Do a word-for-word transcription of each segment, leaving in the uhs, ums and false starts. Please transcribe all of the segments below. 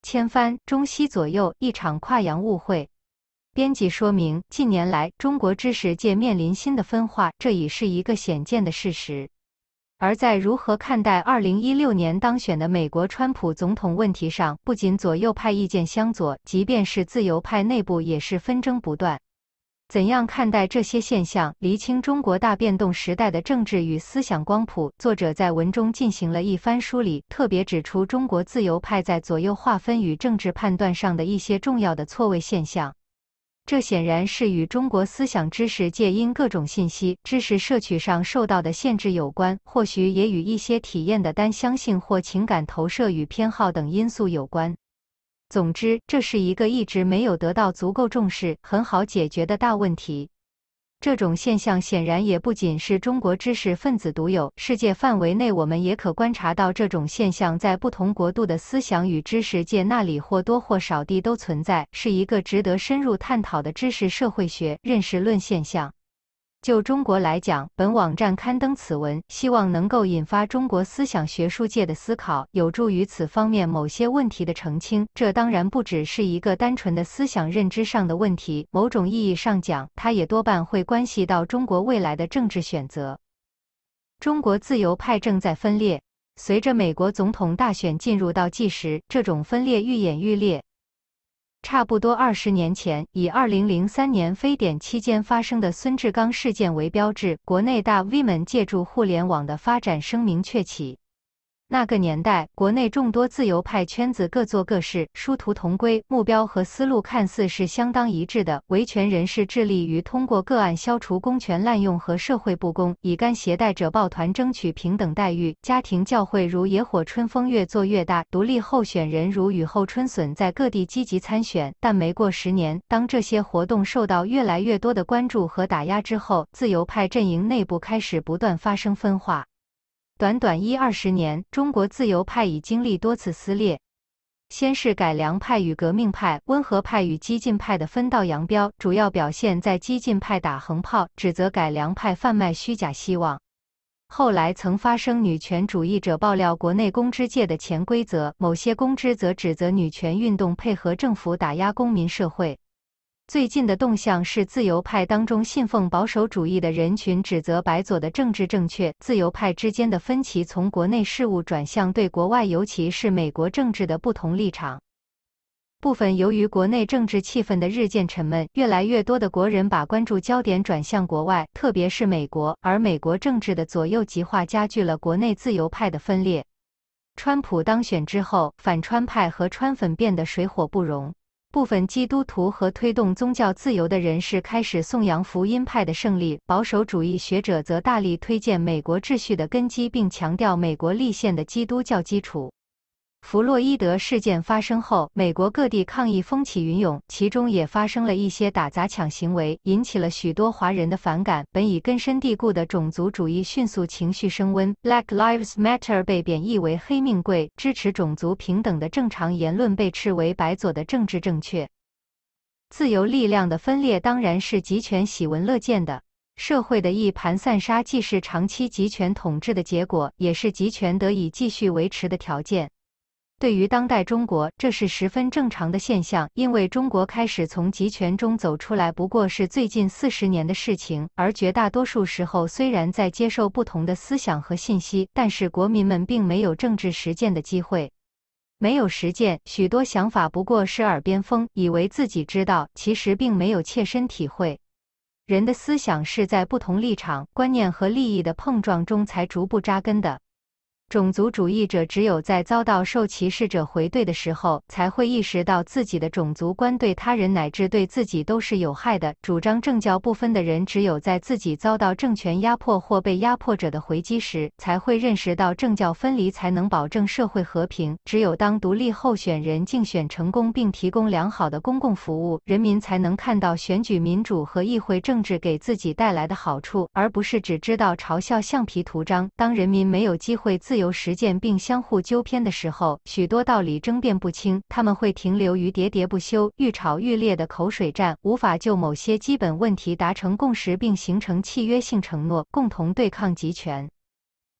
千帆，中西左右一场跨洋误会。编辑说明，近年来中国知识界面临新的分化，这已是一个显见的事实。而在如何看待二零一六年当选的美国川普总统问题上，不仅左右派意见相左，即便是自由派内部也是纷争不断。怎样看待这些现象，厘清中国大变动时代的政治与思想光谱？作者在文中进行了一番梳理，特别指出中国自由派在左右划分与政治判断上的一些重要的错位现象。这显然是与中国思想知识界因各种信息、知识摄取上受到的限制有关，或许也与一些体验的单相性或情感投射与偏好等因素有关。总之，这是一个一直没有得到足够重视、很好解决的大问题。这种现象显然也不仅是中国知识分子独有，世界范围内我们也可观察到这种现象在不同国度的思想与知识界那里或多或少地都存在，是一个值得深入探讨的知识社会学认识论现象。就中国来讲，本网站刊登此文，希望能够引发中国思想学术界的思考，有助于此方面某些问题的澄清。这当然不只是一个单纯的思想认知上的问题，某种意义上讲，它也多半会关系到中国未来的政治选择。中国自由派正在分裂，随着美国总统大选进入倒计时，这种分裂愈演愈烈。差不多二十年前，以二零零三年非典期间发生的孙志刚事件为标志，国内大 V 们借助互联网的发展声名鹊起。那个年代，国内众多自由派圈子各做各事，殊途同归，目标和思路看似是相当一致的。维权人士致力于通过个案消除公权滥用和社会不公，以干携带者抱团争取平等待遇。家庭教会如野火春风越做越大，独立候选人如雨后春笋在各地积极参选。但没过十年，当这些活动受到越来越多的关注和打压之后，自由派阵营内部开始不断发生分化。短短一二十年，中国自由派已经历多次撕裂。先是改良派与革命派、温和派与激进派的分道扬镳，主要表现在激进派打横炮，指责改良派贩卖虚假希望。后来曾发生女权主义者爆料国内公知界的潜规则，某些公知则指责女权运动配合政府打压公民社会。最近的动向是自由派当中信奉保守主义的人群指责白左的政治正确，自由派之间的分歧从国内事务转向对国外，尤其是美国政治的不同立场。部分由于国内政治气氛的日渐沉闷，越来越多的国人把关注焦点转向国外，特别是美国，而美国政治的左右极化加剧了国内自由派的分裂。川普当选之后，反川派和川粉变得水火不容。部分基督徒和推动宗教自由的人士开始颂扬福音派的胜利，保守主义学者则大力推荐美国秩序的根基，并强调美国立宪的基督教基础。弗洛伊德事件发生后，美国各地抗议风起云涌，其中也发生了一些打砸抢行为，引起了许多华人的反感。本已根深蒂固的种族主义迅速情绪升温 ，Black Lives Matter 被贬义为黑命贵，支持种族平等的正常言论被斥为白左的政治正确。自由力量的分裂当然是极权喜闻乐见的。社会的一盘散沙既是长期集权统治的结果，也是集权得以继续维持的条件。对于当代中国，这是十分正常的现象，因为中国开始从集权中走出来不过是最近四十年的事情，而绝大多数时候虽然在接受不同的思想和信息，但是国民们并没有政治实践的机会。没有实践，许多想法不过是耳边风，以为自己知道，其实并没有切身体会。人的思想是在不同立场、观念和利益的碰撞中才逐步扎根的。种族主义者只有在遭到受歧视者回怼的时候，才会意识到自己的种族观对他人乃至对自己都是有害的。主张政教不分的人，只有在自己遭到政权压迫或被压迫者的回击时，才会认识到政教分离才能保证社会和平。只有当独立候选人竞选成功并提供良好的公共服务，人民才能看到选举民主和议会政治给自己带来的好处，而不是只知道嘲笑橡皮图章。当人民没有机会自由由实践并相互纠偏的时候，许多道理争辩不清，他们会停留于喋喋不休、愈吵愈烈的口水战，无法就某些基本问题达成共识并形成契约性承诺，共同对抗集权。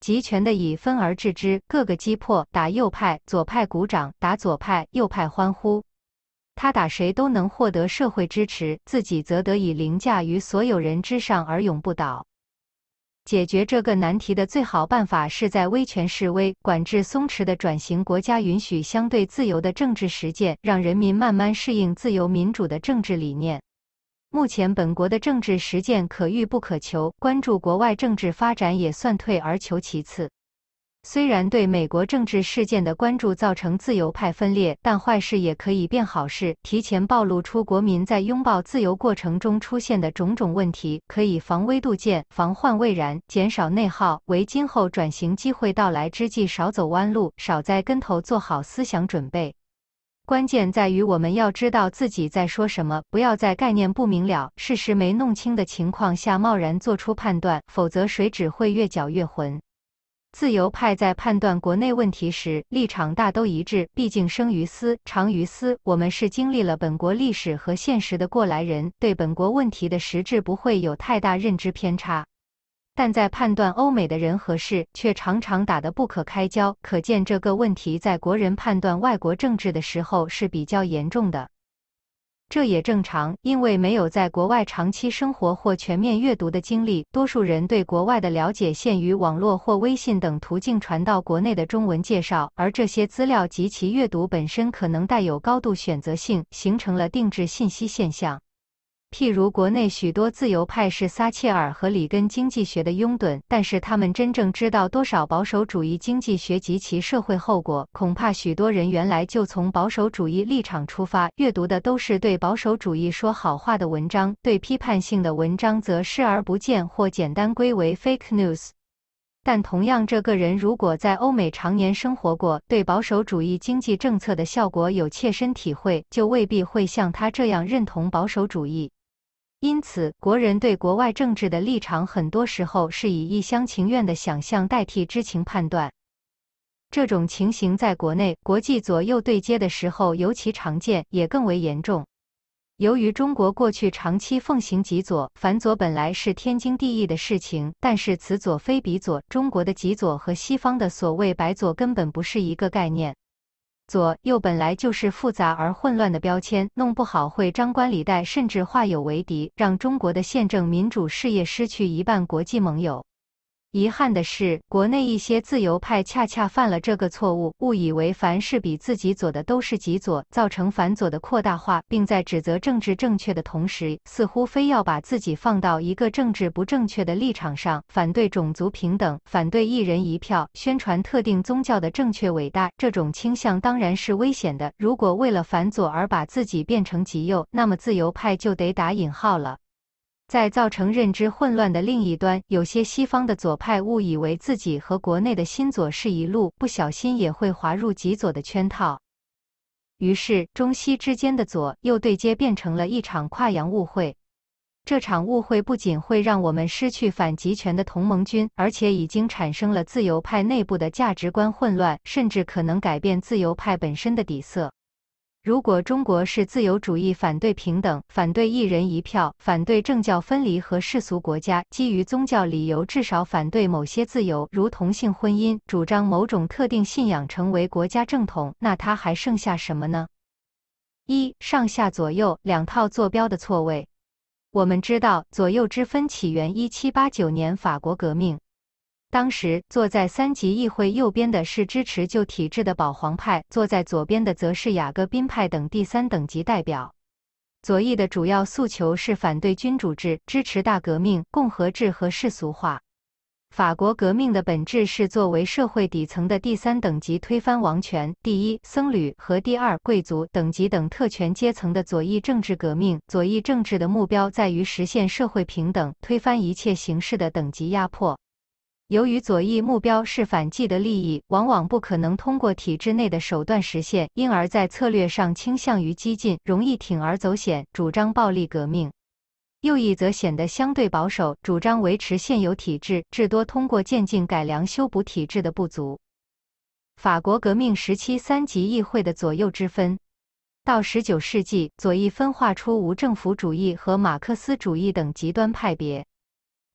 集权的以分而治之，各个击破，打右派，左派鼓掌，打左派，右派欢呼。他打谁都能获得社会支持，自己则得以凌驾于所有人之上而永不倒。解决这个难题的最好办法是在威权式微、管制松弛的转型国家允许相对自由的政治实践，让人民慢慢适应自由民主的政治理念。目前本国的政治实践可遇不可求，关注国外政治发展也算退而求其次。虽然对美国政治事件的关注造成自由派分裂，但坏事也可以变好事，提前暴露出国民在拥抱自由过程中出现的种种问题，可以防微杜渐，防患未然，减少内耗，为今后转型机会到来之际少走弯路，少在跟头做好思想准备。关键在于我们要知道自己在说什么，不要在概念不明了、事实没弄清的情况下贸然做出判断，否则水只会越搅越浑。自由派在判断国内问题时，立场大都一致，毕竟生于斯，长于斯。我们是经历了本国历史和现实的过来人，对本国问题的实质不会有太大认知偏差。但在判断欧美的人和事，却常常打得不可开交，可见这个问题在国人判断外国政治的时候是比较严重的。这也正常，因为没有在国外长期生活或全面阅读的经历，多数人对国外的了解限于网络或微信等途径传到国内的中文介绍，而这些资料及其阅读本身可能带有高度选择性，形成了定制信息现象。譬如国内许多自由派是撒切尔和里根经济学的拥趸，但是他们真正知道多少保守主义经济学及其社会后果？恐怕许多人原来就从保守主义立场出发，阅读的都是对保守主义说好话的文章，对批判性的文章则视而不见或简单归为 fake news。但同样，这个人如果在欧美常年生活过，对保守主义经济政策的效果有切身体会，就未必会像他这样认同保守主义。因此，国人对国外政治的立场很多时候是以一厢情愿的想象代替知情判断。这种情形在国内国际左右对接的时候尤其常见，也更为严重。由于中国过去长期奉行极左，反左本来是天经地义的事情，但是此左非彼左，中国的极左和西方的所谓白左根本不是一个概念。左右本来就是复杂而混乱的标签，弄不好会张冠李戴，甚至化友为敌，让中国的宪政民主事业失去一半国际盟友。遗憾的是，国内一些自由派恰恰犯了这个错误，误以为凡是比自己左的都是极左，造成反左的扩大化，并在指责政治正确的同时，似乎非要把自己放到一个政治不正确的立场上，反对种族平等，反对一人一票，宣传特定宗教的正确伟大。这种倾向当然是危险的，如果为了反左而把自己变成极右，那么自由派就得打引号了。在造成认知混乱的另一端，有些西方的左派误以为自己和国内的新左是一路，不小心也会滑入极左的圈套。于是，中西之间的左右对接变成了一场跨洋误会。这场误会不仅会让我们失去反极权的同盟军，而且已经产生了自由派内部的价值观混乱，甚至可能改变自由派本身的底色。如果中国是自由主义，反对平等，反对一人一票，反对政教分离和世俗国家，基于宗教理由至少反对某些自由，如同性婚姻，主张某种特定信仰成为国家正统，那它还剩下什么呢？一、上下左右两套坐标的错位。我们知道，左右之分起源一七八九年法国革命。当时坐在三级议会右边的是支持旧体制的保皇派，坐在左边的则是雅各宾派等第三等级代表。左翼的主要诉求是反对君主制，支持大革命、共和制和世俗化。法国革命的本质是作为社会底层的第三等级推翻王权，第一僧侣和第二贵族等级等特权阶层的左翼政治革命。左翼政治的目标在于实现社会平等，推翻一切形式的等级压迫。由于左翼目标是反既得利益，往往不可能通过体制内的手段实现，因而在策略上倾向于激进，容易铤而走险，主张暴力革命。右翼则显得相对保守，主张维持现有体制，至多通过渐进改良修补体制的不足。法国革命时期三级议会的左右之分。到十九世纪，左翼分化出无政府主义和马克思主义等极端派别。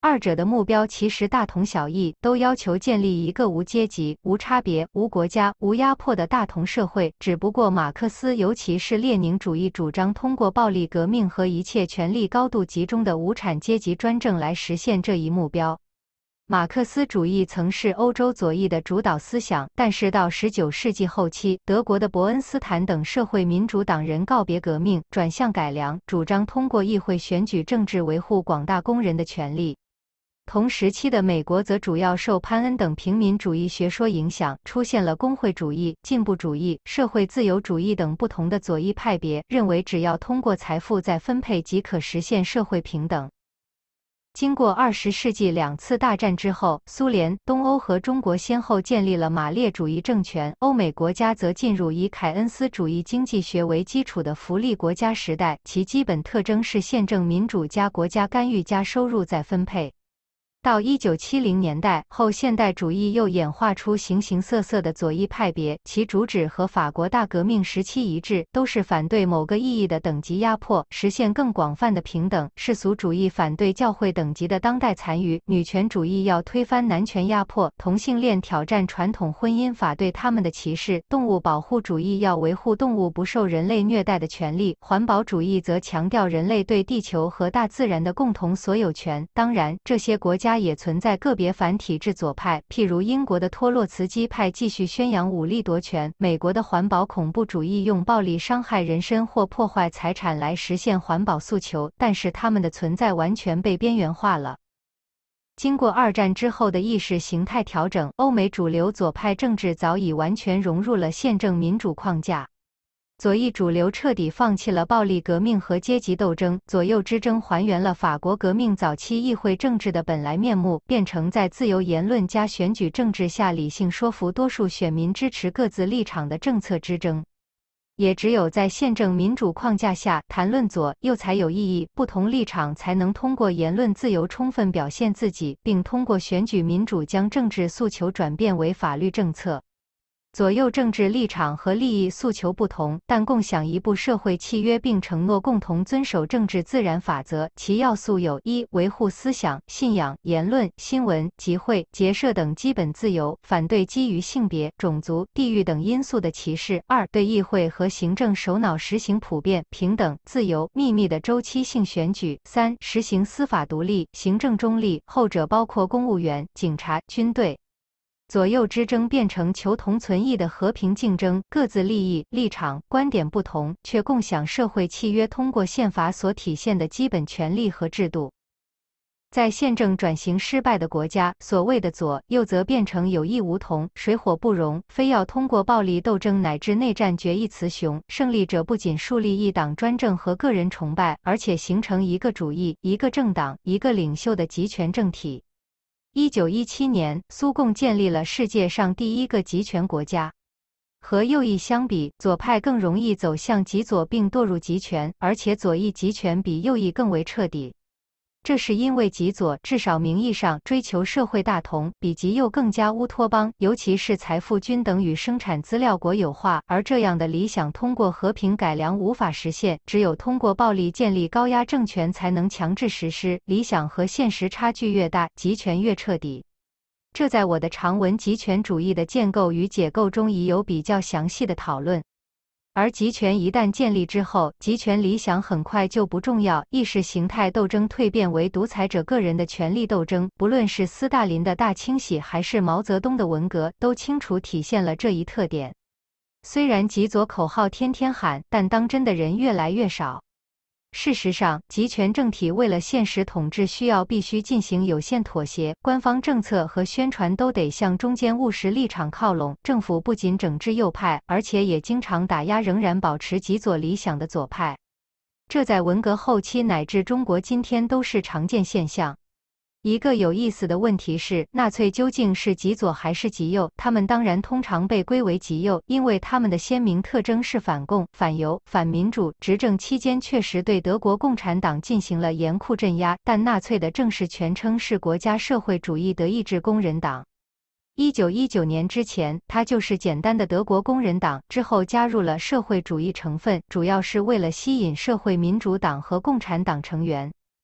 二者的目标其实大同小异，都要求建立一个无阶级、无差别、无国家、无压迫的大同社会。只不过马克思尤其是列宁主义主张通过暴力革命和一切权力高度集中的无产阶级专政来实现这一目标。马克思主义曾是欧洲左翼的主导思想，但是到十九世纪后期，德国的伯恩斯坦等社会民主党人告别革命，转向改良，主张通过议会选举政治维护广大工人的权利。同时期的美国则主要受潘恩等平民主义学说影响，出现了工会主义、进步主义、社会自由主义等不同的左翼派别，认为只要通过财富再分配即可实现社会平等。经过二十世纪两次大战之后，苏联、东欧和中国先后建立了马列主义政权，欧美国家则进入以凯恩斯主义经济学为基础的福利国家时代，其基本特征是宪政民主加国家干预加收入再分配。到一九七零年代后，现代主义又演化出形形色色的左翼派别，其主旨和法国大革命时期一致，都是反对某个意义的等级压迫，实现更广泛的平等。世俗主义反对教会等级的当代残余，女权主义要推翻男权压迫，同性恋挑战传统婚姻法对他们的歧视，动物保护主义要维护动物不受人类虐待的权利，环保主义则强调人类对地球和大自然的共同所有权。当然，这些国家也存在个别反体制左派，譬如英国的托洛茨基派继续宣扬武力夺权，美国的环保恐怖主义用暴力伤害人身或破坏财产来实现环保诉求，但是他们的存在完全被边缘化了。经过二战之后的意识形态调整，欧美主流左派政治早已完全融入了宪政民主框架。左翼主流彻底放弃了暴力革命和阶级斗争，左右之争还原了法国革命早期议会政治的本来面目，变成在自由言论加选举政治下理性说服多数选民支持各自立场的政策之争。也只有在宪政民主框架下，谈论左右才有意义，不同立场才能通过言论自由充分表现自己，并通过选举民主将政治诉求转变为法律政策。左右政治立场和利益诉求不同，但共享一部社会契约，并承诺共同遵守政治自然法则。其要素有：一、维护思想、信仰、言论、新闻、集会、结社等基本自由，反对基于性别、种族、地域等因素的歧视；二、对议会和行政首脑实行普遍、平等、自由、秘密的周期性选举；三、实行司法独立、行政中立，后者包括公务员、警察、军队。左右之争变成求同存异的和平竞争，各自利益、立场、观点不同，却共享社会契约，通过宪法所体现的基本权利和制度。在宪政转型失败的国家，所谓的左右则变成有异无同、水火不容，非要通过暴力斗争乃至内战决一雌雄。胜利者不仅树立一党专政和个人崇拜，而且形成一个主义、一个政党、一个领袖的集权政体。一九一七年，苏共建立了世界上第一个集权国家。和右翼相比，左派更容易走向极左并堕入极权，而且左翼集权比右翼更为彻底。这是因为极左至少名义上追求社会大同，比极右更加乌托邦，尤其是财富均等与生产资料国有化，而这样的理想通过和平改良无法实现，只有通过暴力建立高压政权才能强制实施。理想和现实差距越大，集权越彻底。这在我的长文《极权主义的建构与解构》中已有比较详细的讨论。而集权一旦建立之后，集权理想很快就不重要，意识形态斗争蜕变为独裁者个人的权力斗争。不论是斯大林的大清洗还是毛泽东的文革，都清楚体现了这一特点。虽然极左口号天天喊，但当真的人越来越少。事实上，集权政体为了现实统治需要必须进行有限妥协，官方政策和宣传都得向中间务实立场靠拢。政府不仅整治右派，而且也经常打压仍然保持极左理想的左派。这在文革后期乃至中国今天都是常见现象。一个有意思的问题是，纳粹究竟是极左还是极右？他们当然通常被归为极右，因为他们的鲜明特征是反共、反犹、反民主。执政期间确实对德国共产党进行了严酷镇压，但纳粹的正式全称是国家社会主义德意志工人党。一九一九年之前，它就是简单的德国工人党，之后加入了社会主义成分，主要是为了吸引社会民主党和共产党成员。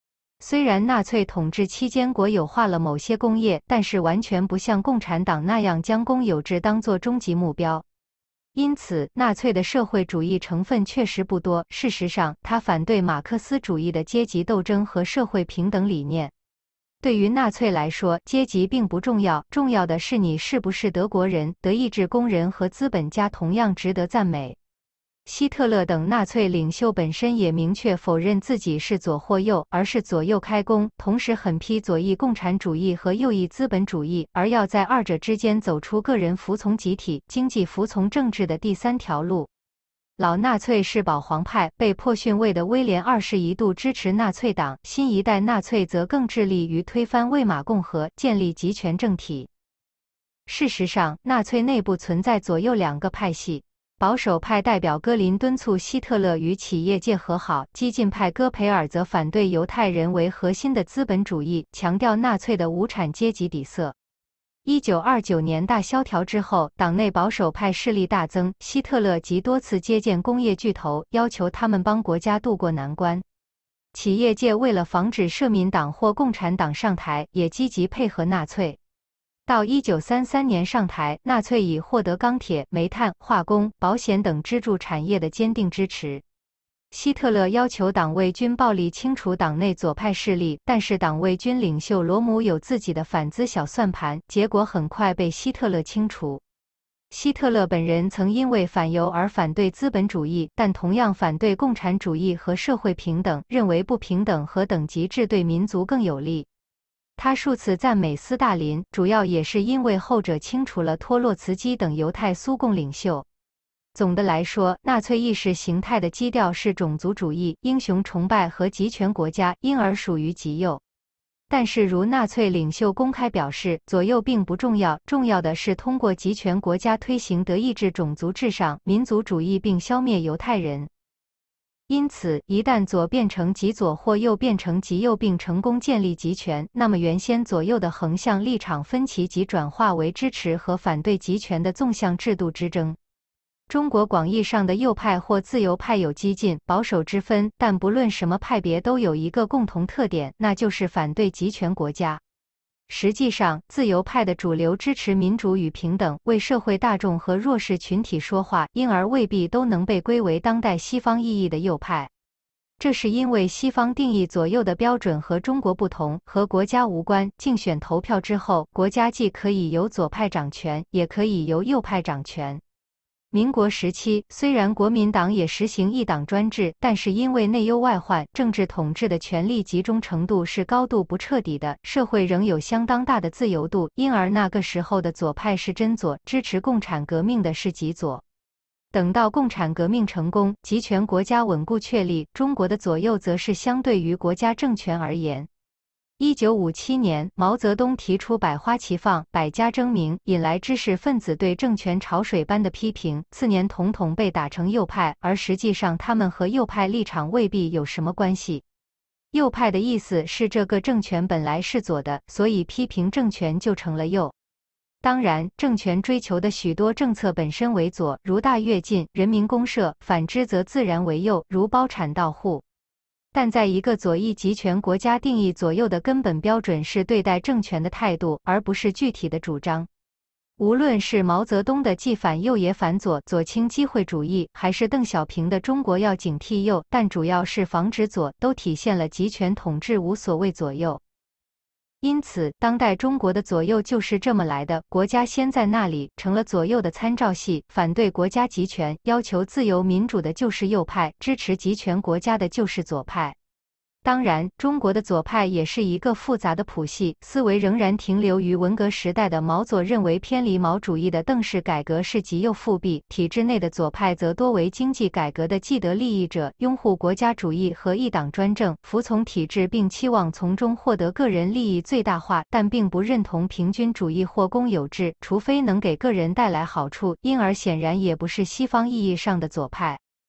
虽然纳粹统治期间国有化了某些工业，但是完全不像共产党那样将公有制当作终极目标。因此，纳粹的社会主义成分确实不多。事实上，他反对马克思主义的阶级斗争和社会平等理念。对于纳粹来说，阶级并不重要，重要的是你是不是德国人。德意志工人和资本家同样值得赞美。希特勒等纳粹领袖本身也明确否认自己是左或右，而是左右开弓，同时狠批左翼共产主义和右翼资本主义，而要在二者之间走出个人服从集体、经济服从政治的第三条路。老纳粹是保皇派，被迫逊位的威廉二世一度支持纳粹党，新一代纳粹则更致力于推翻魏玛共和，建立集权政体。事实上，纳粹内部存在左右两个派系。保守派代表戈林敦促希特勒与企业界和好，激进派戈培尔则反对犹太人为核心的资本主义，强调纳粹的无产阶级底色。一九二九年大萧条之后，党内保守派势力大增，希特勒即多次接见工业巨头，要求他们帮国家渡过难关。企业界为了防止社民党或共产党上台，也积极配合纳粹。到一九三三年上台，纳粹已获得钢铁、煤炭、化工、保险等支柱产业的坚定支持。希特勒要求党卫军暴力清除党内左派势力，但是党卫军领袖罗姆有自己的反资小算盘，结果很快被希特勒清除。希特勒本人曾因为反犹而反对资本主义，但同样反对共产主义和社会平等，认为不平等和等级制对民族更有利。他数次赞美斯大林，主要也是因为后者清除了托洛茨基等犹太苏共领袖。总的来说，纳粹意识形态的基调是种族主义、英雄崇拜和集权国家，因而属于极右。但是如纳粹领袖公开表示，左右并不重要，重要的是通过集权国家推行德意志种族至上、民族主义并消灭犹太人。因此，一旦左变成极左或右变成极右并成功建立集权，那么原先左右的横向立场分歧即转化为支持和反对集权的纵向制度之争。中国广义上的右派或自由派有激进、保守之分，但不论什么派别都有一个共同特点，那就是反对集权国家。实际上，自由派的主流支持民主与平等，为社会大众和弱势群体说话，因而未必都能被归为当代西方意义的右派。这是因为西方定义左右的标准和中国不同，和国家无关。竞选投票之后，国家既可以由左派掌权，也可以由右派掌权。民国时期，虽然国民党也实行一党专制，但是因为内忧外患，政治统治的权力集中程度是高度不彻底的，社会仍有相当大的自由度，因而那个时候的左派是真左，支持共产革命的是极左。等到共产革命成功，集权国家稳固确立，中国的左右则是相对于国家政权而言。一九五七年，毛泽东提出百花齐放、百家争鸣，引来知识分子对政权潮水般的批评。次年，统统被打成右派，而实际上他们和右派立场未必有什么关系。右派的意思是这个政权本来是左的，所以批评政权就成了右。当然，政权追求的许多政策本身为左，如大跃进、人民公社；反之则自然为右，如包产到户。但在一个左翼集权国家，定义左右的根本标准是对待政权的态度，而不是具体的主张。无论是毛泽东的既反右也反左左倾机会主义，还是邓小平的中国要警惕右，但主要是防止左，都体现了集权统治无所谓左右。因此，当代中国的左右就是这么来的，国家先在那里，成了左右的参照系，反对国家集权，要求自由民主的就是右派，支持集权国家的就是左派。当然，中国的左派也是一个复杂的谱系，思维仍然停留于文革时代的毛左认为偏离毛主义的邓式改革是极右复辟，体制内的左派则多为经济改革的既得利益者，拥护国家主义和一党专政，服从体制并期望从中获得个人利益最大化，但并不认同平均主义或公有制，除非能给个人带来好处，因而显然也不是西方意义上的左派。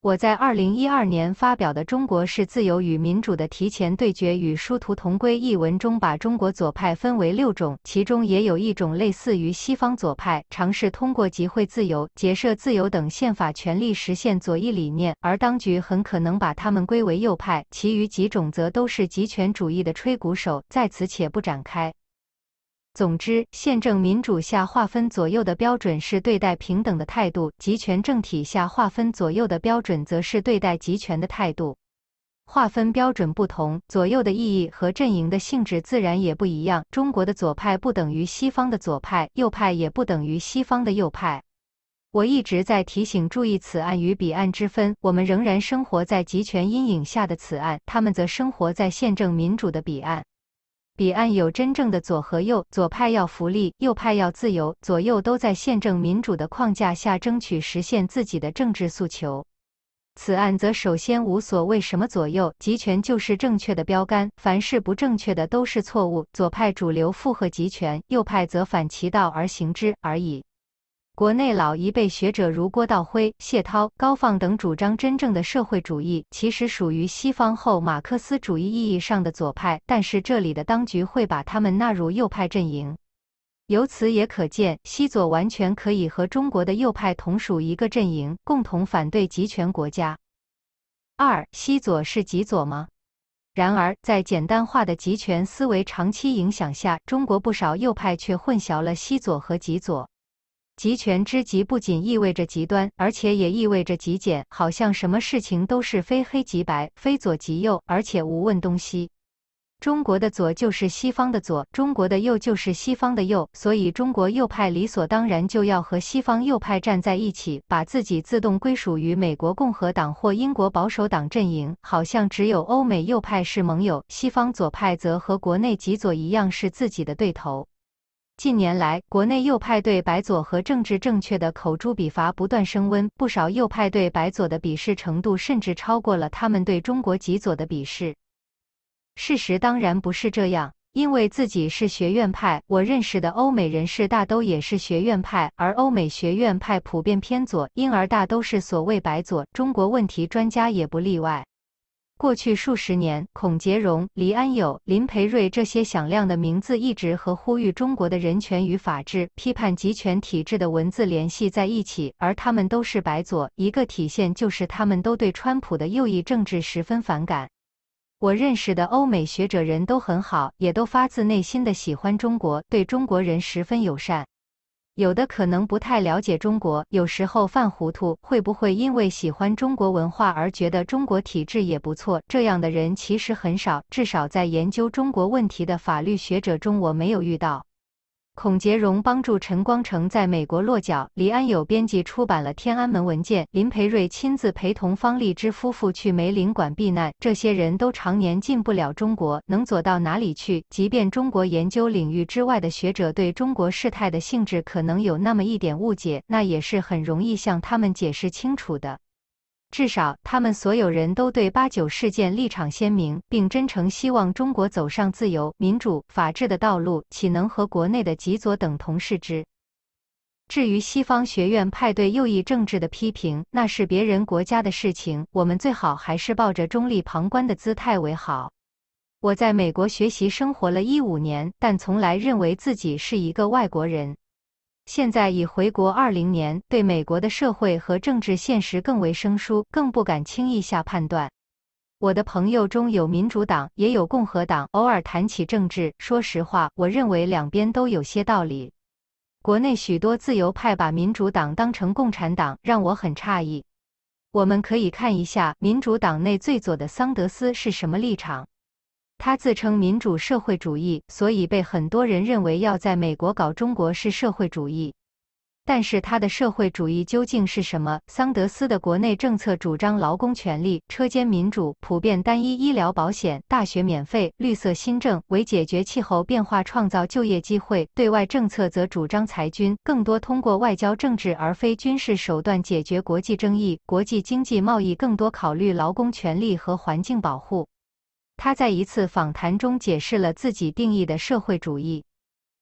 我在二零一二年发表的《中国是自由与民主的提前对决与殊途同归》一文中，把中国左派分为六种，其中也有一种类似于西方左派，尝试通过集会自由、结社自由等宪法权利实现左翼理念，而当局很可能把他们归为右派。其余几种则都是极权主义的吹鼓手，在此且不展开。总之，宪政民主下划分左右的标准是对待平等的态度，集权政体下划分左右的标准则是对待集权的态度。划分标准不同，左右的意义和阵营的性质自然也不一样。中国的左派不等于西方的左派，右派也不等于西方的右派。我一直在提醒注意此岸与彼岸之分，我们仍然生活在集权阴影下的此岸，他们则生活在宪政民主的彼岸。彼岸有真正的左和右，左派要福利，右派要自由，左右都在宪政民主的框架下争取实现自己的政治诉求。此岸则首先无所谓什么左右，集权就是正确的标杆，凡是不正确的都是错误。左派主流附和集权，右派则反其道而行之而已。国内老一辈学者如郭道辉、谢涛、高放等主张真正的社会主义，其实属于西方后马克思主义意义上的左派，但是这里的当局会把他们纳入右派阵营。由此也可见，西左完全可以和中国的右派同属一个阵营，共同反对集权国家。二，西左是极左吗？然而，在简单化的集权思维长期影响下，中国不少右派却混淆了西左和极左。极权之极不仅意味着极端，而且也意味着极简，好像什么事情都是非黑即白，非左即右，而且无问东西。中国的左就是西方的左，中国的右就是西方的右，所以中国右派理所当然就要和西方右派站在一起，把自己自动归属于美国共和党或英国保守党阵营，好像只有欧美右派是盟友，西方左派则和国内极左一样是自己的对头。近年来，国内右派对白左和政治正确的口诛笔伐不断升温，不少右派对白左的鄙视程度甚至超过了他们对中国极左的鄙视。事实当然不是这样，因为自己是学院派，我认识的欧美人士大都也是学院派，而欧美学院派普遍偏左，因而大都是所谓白左，中国问题专家也不例外。过去数十年，孔杰荣、黎安友、林培瑞这些响亮的名字一直和呼吁中国的人权与法治、批判集权体制的文字联系在一起，而他们都是白左，一个体现就是他们都对川普的右翼政治十分反感。我认识的欧美学者人都很好，也都发自内心的喜欢中国，对中国人十分友善。有的可能不太了解中国，有时候犯糊涂，会不会因为喜欢中国文化而觉得中国体制也不错？这样的人其实很少，至少在研究中国问题的法律学者中我没有遇到。孔杰荣帮助陈光诚在美国落脚，黎安友编辑出版了天安门文件，林培瑞亲自陪同方励之夫妇去梅领馆避难，这些人都常年进不了中国，能左到哪里去？即便中国研究领域之外的学者对中国事态的性质可能有那么一点误解，那也是很容易向他们解释清楚的。至少，他们所有人都对八九事件立场鲜明，并真诚希望中国走上自由、民主、法治的道路，岂能和国内的极左等同视之？至于西方学院派对右翼政治的批评，那是别人国家的事情，我们最好还是抱着中立旁观的姿态为好。我在美国学习生活了一五年，但从来认为自己是一个外国人。现在已回国二零年，对美国的社会和政治现实更为生疏，更不敢轻易下判断。我的朋友中有民主党，也有共和党，偶尔谈起政治，说实话，我认为两边都有些道理。国内许多自由派把民主党当成共产党，让我很诧异。我们可以看一下民主党内最左的桑德斯是什么立场。他自称民主社会主义，所以被很多人认为要在美国搞中国式社会主义。但是他的社会主义究竟是什么？桑德斯的国内政策主张劳工权利、车间民主、普遍单一医疗保险、大学免费、绿色新政，为解决气候变化创造就业机会；对外政策则主张裁军，更多通过外交政治而非军事手段解决国际争议；国际经济贸易更多考虑劳工权利和环境保护。他在一次访谈中解释了自己定义的社会主义。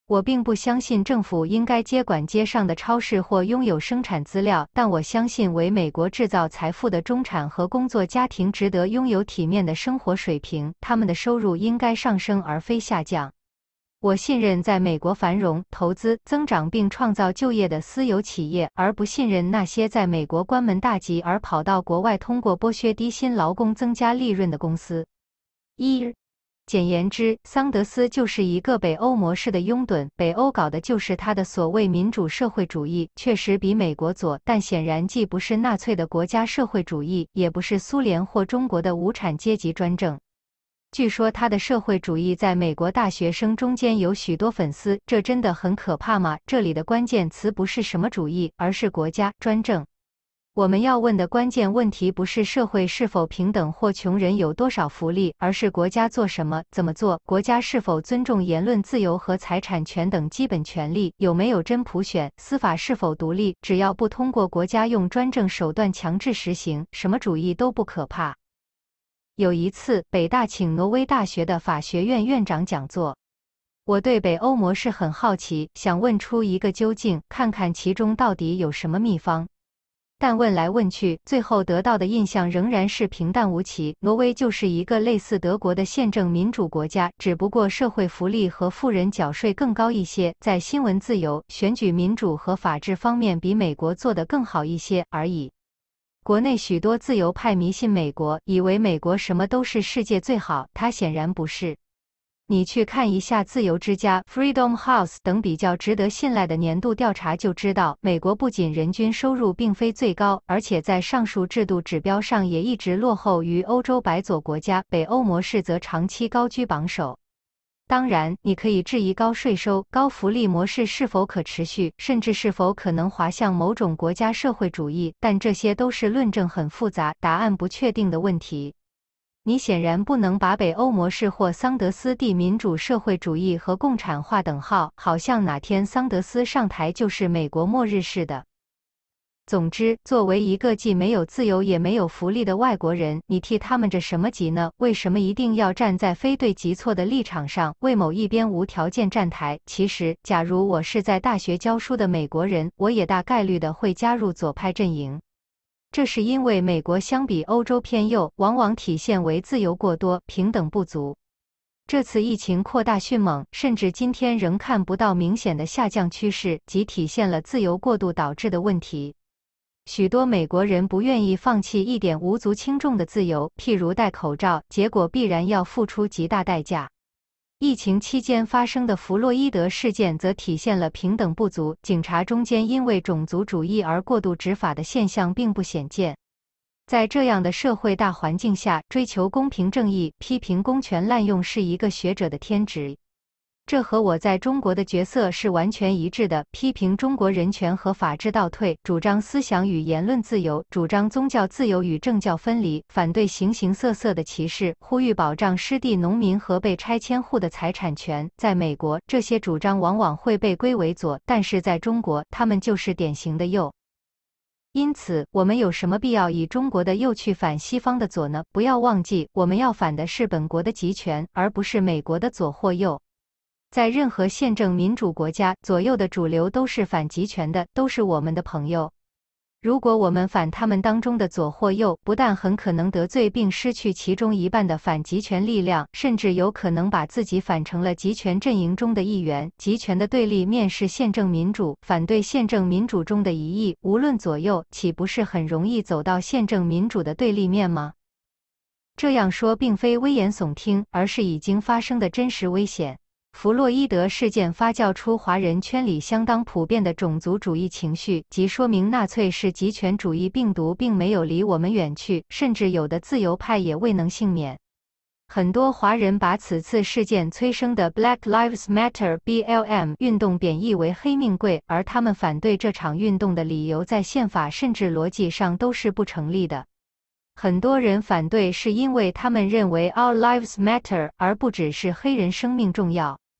我并不相信政府应该接管街上的超市或拥有生产资料，但我相信为美国制造财富的中产和工作家庭值得拥有体面的生活水平，他们的收入应该上升而非下降。我信任在美国繁荣、投资、增长并创造就业的私有企业，而不信任那些在美国关门大吉而跑到国外通过剥削低薪劳工增加利润的公司。一简言之，桑德斯就是一个北欧模式的拥趸，北欧搞的就是他的所谓民主社会主义，确实比美国左，但显然既不是纳粹的国家社会主义，也不是苏联或中国的无产阶级专政。据说他的社会主义在美国大学生中间有许多粉丝，这真的很可怕吗？这里的关键词不是什么主义，而是国家专政。我们要问的关键问题不是社会是否平等或穷人有多少福利，而是国家做什么、怎么做，国家是否尊重言论自由和财产权等基本权利，有没有真普选，司法是否独立，只要不通过国家用专政手段强制实行，什么主义都不可怕。有一次，北大请挪威大学的法学院院长讲座。我对北欧模式很好奇，想问出一个究竟，看看其中到底有什么秘方。但问来问去，最后得到的印象仍然是平淡无奇。挪威就是一个类似德国的宪政民主国家，只不过社会福利和富人缴税更高一些，在新闻自由、选举民主和法治方面比美国做得更好一些而已。国内许多自由派迷信美国，以为美国什么都是世界最好，它显然不是。你去看一下自由之家 Freedom House 等比较值得信赖的年度调查就知道，美国不仅人均收入并非最高，而且在上述制度指标上也一直落后于欧洲白左国家，北欧模式则长期高居榜首。当然，你可以质疑高税收、高福利模式是否可持续，甚至是否可能滑向某种国家社会主义，但这些都是论证很复杂、答案不确定的问题。你显然不能把北欧模式或桑德斯地民主社会主义和共产化等号，好像哪天桑德斯上台就是美国末日似的。总之，作为一个既没有自由也没有福利的外国人，你替他们着什么急呢？为什么一定要站在非对即错的立场上，为某一边无条件站台？其实，假如我是在大学教书的美国人，我也大概率的会加入左派阵营。这是因为美国相比欧洲偏右，往往体现为自由过多、平等不足。这次疫情扩大迅猛，甚至今天仍看不到明显的下降趋势，即体现了自由过度导致的问题。许多美国人不愿意放弃一点无足轻重的自由，譬如戴口罩，结果必然要付出极大代价。疫情期间发生的弗洛伊德事件则体现了平等不足，警察中间因为种族主义而过度执法的现象并不鲜见。在这样的社会大环境下，追求公平正义、批评公权滥用是一个学者的天职。这和我在中国的角色是完全一致的，批评中国人权和法治倒退，主张思想与言论自由，主张宗教自由与政教分离，反对形形色色的歧视，呼吁保障失地农民和被拆迁户的财产权。在美国，这些主张往往会被归为左，但是在中国，他们就是典型的右。因此，我们有什么必要以中国的右去反西方的左呢？不要忘记，我们要反的是本国的集权，而不是美国的左或右。在任何宪政民主国家，左右的主流都是反集权的，都是我们的朋友。如果我们反他们当中的左或右，不但很可能得罪并失去其中一半的反集权力量，甚至有可能把自己反成了集权阵营中的一员。集权的对立面是宪政民主，反对宪政民主中的一翼，无论左右，岂不是很容易走到宪政民主的对立面吗？这样说并非危言耸听，而是已经发生的真实危险。弗洛伊德事件发酵出华人圈里相当普遍的种族主义情绪，即说明纳粹是极权主义病毒并没有离我们远去，甚至有的自由派也未能幸免。很多华人把此次事件催生的 Black Lives Matter B L M 运动贬义为黑命贵，而他们反对这场运动的理由在宪法甚至逻辑上都是不成立的。很多人反对是因为他们认为 All Lives Matter， 而不只是黑人生命重要。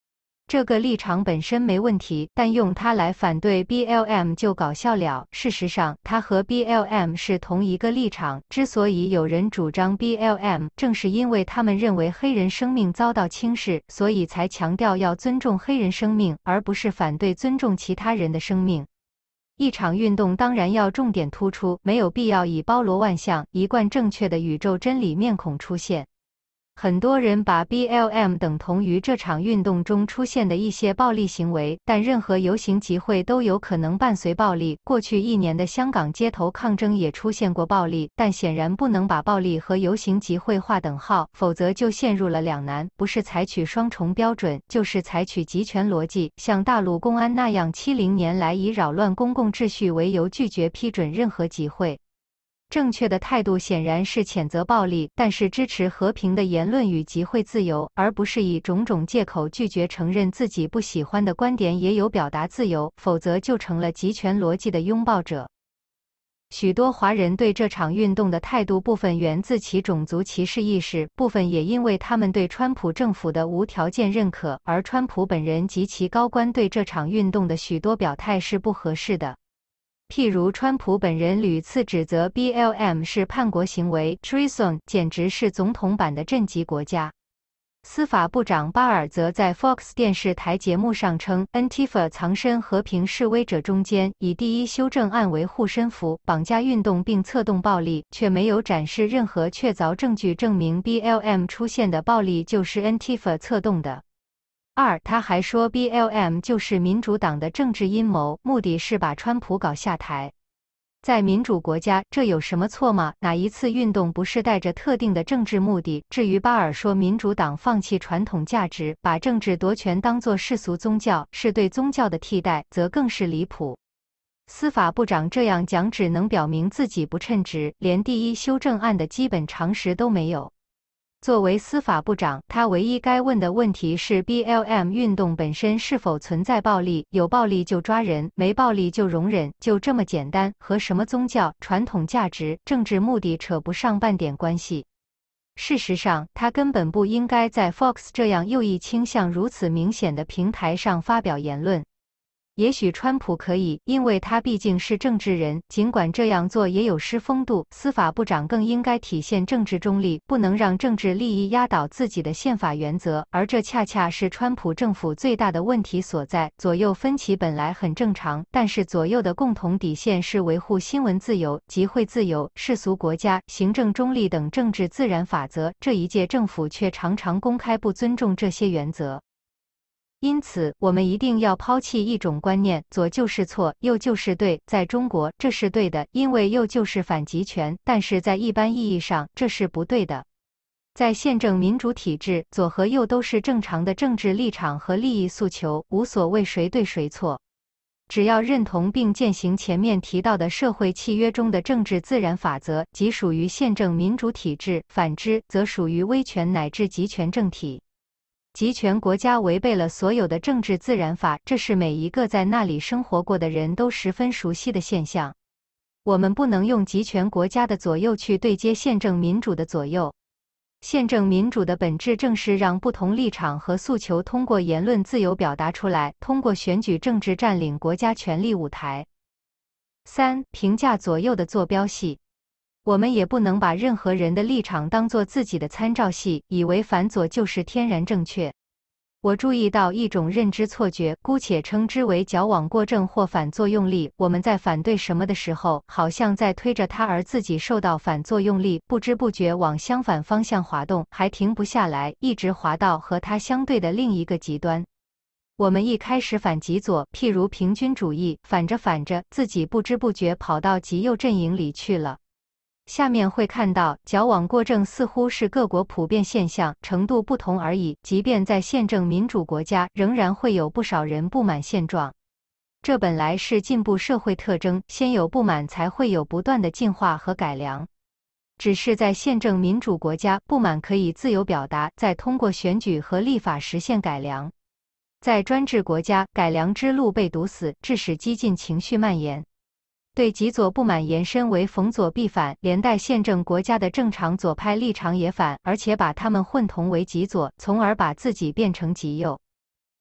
这个立场本身没问题，但用它来反对 B L M 就搞笑了。事实上，它和 B L M 是同一个立场。之所以有人主张 B L M， 正是因为他们认为黑人生命遭到轻视，所以才强调要尊重黑人生命，而不是反对尊重其他人的生命。一场运动当然要重点突出，没有必要以包罗万象、一贯正确的宇宙真理面孔出现。很多人把 B L M 等同于这场运动中出现的一些暴力行为，但任何游行集会都有可能伴随暴力。过去一年的香港街头抗争也出现过暴力，但显然不能把暴力和游行集会划等号，否则就陷入了两难，不是采取双重标准，就是采取极权逻辑，像大陆公安那样七零年来以扰乱公共秩序为由拒绝批准任何集会。正确的态度显然是谴责暴力，但是支持和平的言论与集会自由，而不是以种种借口拒绝承认自己不喜欢的观点也有表达自由，否则就成了极权逻辑的拥抱者。许多华人对这场运动的态度，部分源自其种族歧视意识，部分也因为他们对川普政府的无条件认可，而川普本人及其高官对这场运动的许多表态是不合适的。譬如川普本人屡次指责 B L M 是叛国行为 treason， 简直是总统版的震级国家。司法部长巴尔则在 Fox 电视台节目上称 Antifa 藏身和平示威者中间，以第一修正案为护身符，绑架运动并策动暴力，却没有展示任何确凿证据证明 B L M 出现的暴力就是 Antifa 策动的。二，他还说 B L M 就是民主党的政治阴谋，目的是把川普搞下台。在民主国家，这有什么错吗？哪一次运动不是带着特定的政治目的？至于巴尔说民主党放弃传统价值，把政治夺权当作世俗宗教，是对宗教的替代，则更是离谱。司法部长这样讲，只能表明自己不称职，连第一修正案的基本常识都没有。作为司法部长，他唯一该问的问题是 B L M 运动本身是否存在暴力，有暴力就抓人，没暴力就容忍，就这么简单，和什么宗教、传统价值、政治目的扯不上半点关系。事实上，他根本不应该在 Fox 这样右翼倾向如此明显的平台上发表言论。也许川普可以，因为他毕竟是政治人，尽管这样做也有失风度。司法部长更应该体现政治中立，不能让政治利益压倒自己的宪法原则，而这恰恰是川普政府最大的问题所在。左右分歧本来很正常，但是左右的共同底线是维护新闻自由、集会自由、世俗国家、行政中立等政治自然法则，这一届政府却常常公开不尊重这些原则。因此，我们一定要抛弃一种观念：左就是错，右就是对。在中国，这是对的，因为右就是反极权；但是在一般意义上，这是不对的。在宪政民主体制，左和右都是正常的政治立场和利益诉求，无所谓谁对谁错。只要认同并践行前面提到的社会契约中的政治自然法则，即属于宪政民主体制；反之，则属于威权乃至极权政体。极权国家违背了所有的政治自然法，这是每一个在那里生活过的人都十分熟悉的现象。我们不能用极权国家的左右去对接宪政民主的左右。宪政民主的本质正是让不同立场和诉求通过言论自由表达出来，通过选举政治占领国家权力舞台。三、评价左右的坐标系。我们也不能把任何人的立场当作自己的参照系，以为反左就是天然正确。我注意到一种认知错觉，姑且称之为矫枉过正或反作用力。我们在反对什么的时候，好像在推着它，而自己受到反作用力，不知不觉往相反方向滑动，还停不下来，一直滑到和它相对的另一个极端。我们一开始反极左，譬如平均主义，反着反着，自己不知不觉跑到极右阵营里去了。下面会看到，矫枉过正似乎是各国普遍现象，程度不同而已。即便在宪政民主国家，仍然会有不少人不满现状。这本来是进步社会特征，先有不满才会有不断的进化和改良。只是在宪政民主国家，不满可以自由表达，再通过选举和立法实现改良。在专制国家，改良之路被堵死，致使激进情绪蔓延。对极左不满延伸为逢左必反，连带宪政国家的正常左派立场也反，而且把他们混同为极左，从而把自己变成极右。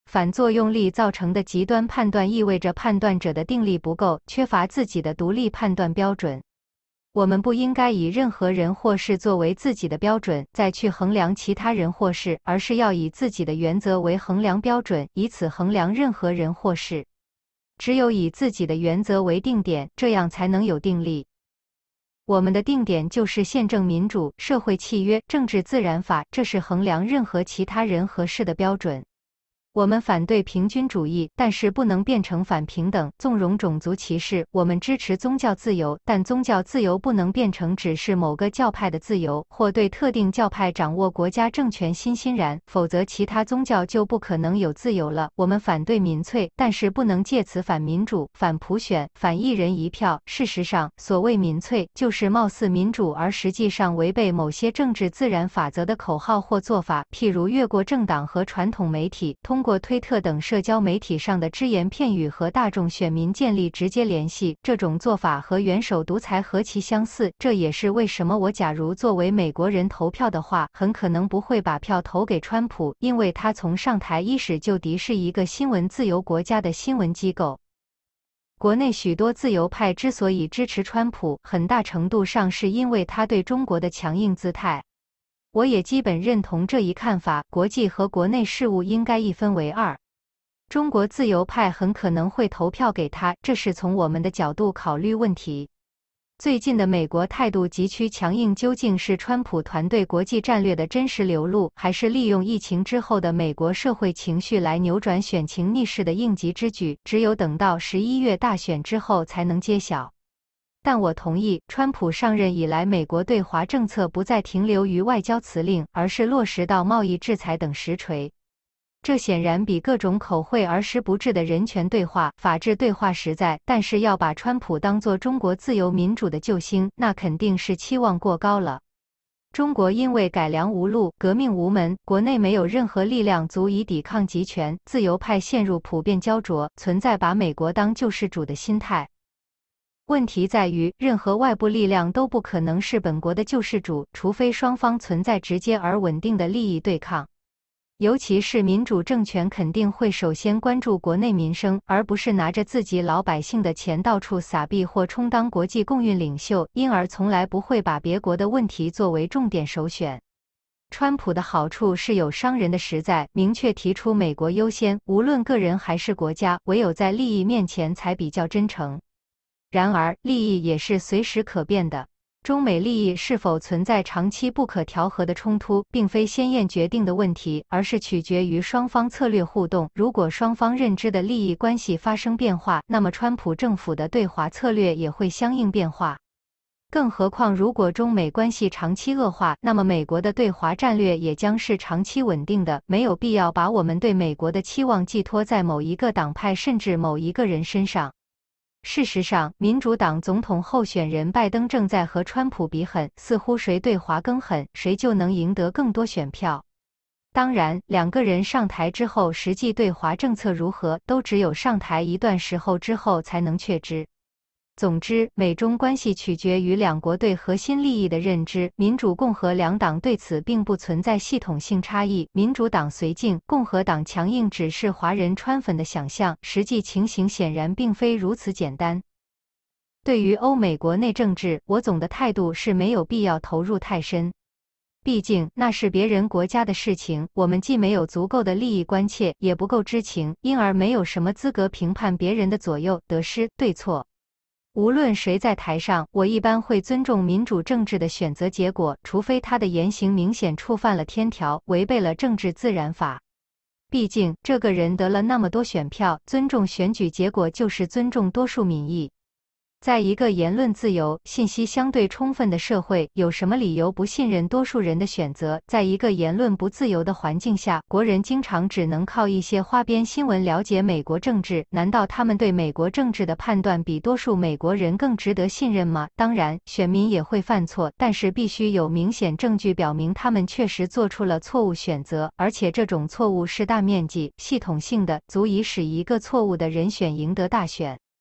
反作用力造成的极端判断意味着判断者的定力不够，缺乏自己的独立判断标准。我们不应该以任何人或事作为自己的标准，再去衡量其他人或事，而是要以自己的原则为衡量标准，以此衡量任何人或事。只有以自己的原则为定点，这样才能有定力。我们的定点就是宪政民主、社会契约、政治自然法，这是衡量任何其他人和事的标准。我们反对平均主义，但是不能变成反平等、纵容种族歧视。我们支持宗教自由，但宗教自由不能变成只是某个教派的自由，或对特定教派掌握国家政权欣欣然，否则其他宗教就不可能有自由了。我们反对民粹，但是不能借此反民主、反普选、反一人一票。事实上，所谓民粹就是貌似民主而实际上违背某些政治自然法则的口号或做法，譬如越过政党和传统媒体，通过推特等社交媒体上的只言片语和大众选民建立直接联系。这种做法和元首独裁何其相似，这也是为什么我假如作为美国人投票的话，很可能不会把票投给川普，因为他从上台伊始就敌视一个新闻自由国家的新闻机构。国内许多自由派之所以支持川普，很大程度上是因为他对中国的强硬姿态。我也基本认同这一看法，国际和国内事务应该一分为二。中国自由派很可能会投票给他，这是从我们的角度考虑问题。最近的美国态度急趋强硬，究竟是川普团队国际战略的真实流露，还是利用疫情之后的美国社会情绪来扭转选情逆势的应急之举？只有等到十一月大选之后才能揭晓。但我同意，川普上任以来，美国对华政策不再停留于外交辞令，而是落实到贸易制裁等实锤。这显然比各种口惠而实不至的人权对话、法治对话实在，但是要把川普当作中国自由民主的救星，那肯定是期望过高了。中国因为改良无路、革命无门，国内没有任何力量足以抵抗集权，自由派陷入普遍焦灼，存在把美国当救世主的心态。问题在于，任何外部力量都不可能是本国的救世主，除非双方存在直接而稳定的利益对抗。尤其是民主政权肯定会首先关注国内民生，而不是拿着自己老百姓的钱到处撒币或充当国际共运领袖，因而从来不会把别国的问题作为重点首选。川普的好处是有商人的实在，明确提出美国优先，无论个人还是国家，唯有在利益面前才比较真诚。然而，利益也是随时可变的。中美利益是否存在长期不可调和的冲突，并非先验决定的问题，而是取决于双方策略互动。如果双方认知的利益关系发生变化，那么川普政府的对华策略也会相应变化。更何况，如果中美关系长期恶化，那么美国的对华战略也将是长期稳定的。没有必要把我们对美国的期望寄托在某一个党派甚至某一个人身上。事实上，民主党总统候选人拜登正在和川普比狠，似乎谁对华更狠，谁就能赢得更多选票。当然，两个人上台之后，实际对华政策如何，都只有上台一段时候之后才能确知。总之，美中关系取决于两国对核心利益的认知。民主共和两党对此并不存在系统性差异，民主党绥靖，共和党强硬只是华人川粉的想象，实际情形显然并非如此简单。对于欧美国内政治，我总的态度是没有必要投入太深。毕竟那是别人国家的事情，我们既没有足够的利益关切，也不够知情，因而没有什么资格评判别人的左右、得失、对错。无论谁在台上，我一般会尊重民主政治的选择结果，除非他的言行明显触犯了天条，违背了政治自然法。毕竟这个人得了那么多选票，尊重选举结果就是尊重多数民意。在一个言论自由、信息相对充分的社会，有什么理由不信任多数人的选择？在一个言论不自由的环境下，国人经常只能靠一些花边新闻了解美国政治，难道他们对美国政治的判断比多数美国人更值得信任吗？当然，选民也会犯错，但是必须有明显证据表明他们确实做出了错误选择，而且这种错误是大面积、系统性的，足以使一个错误的人选赢得大选。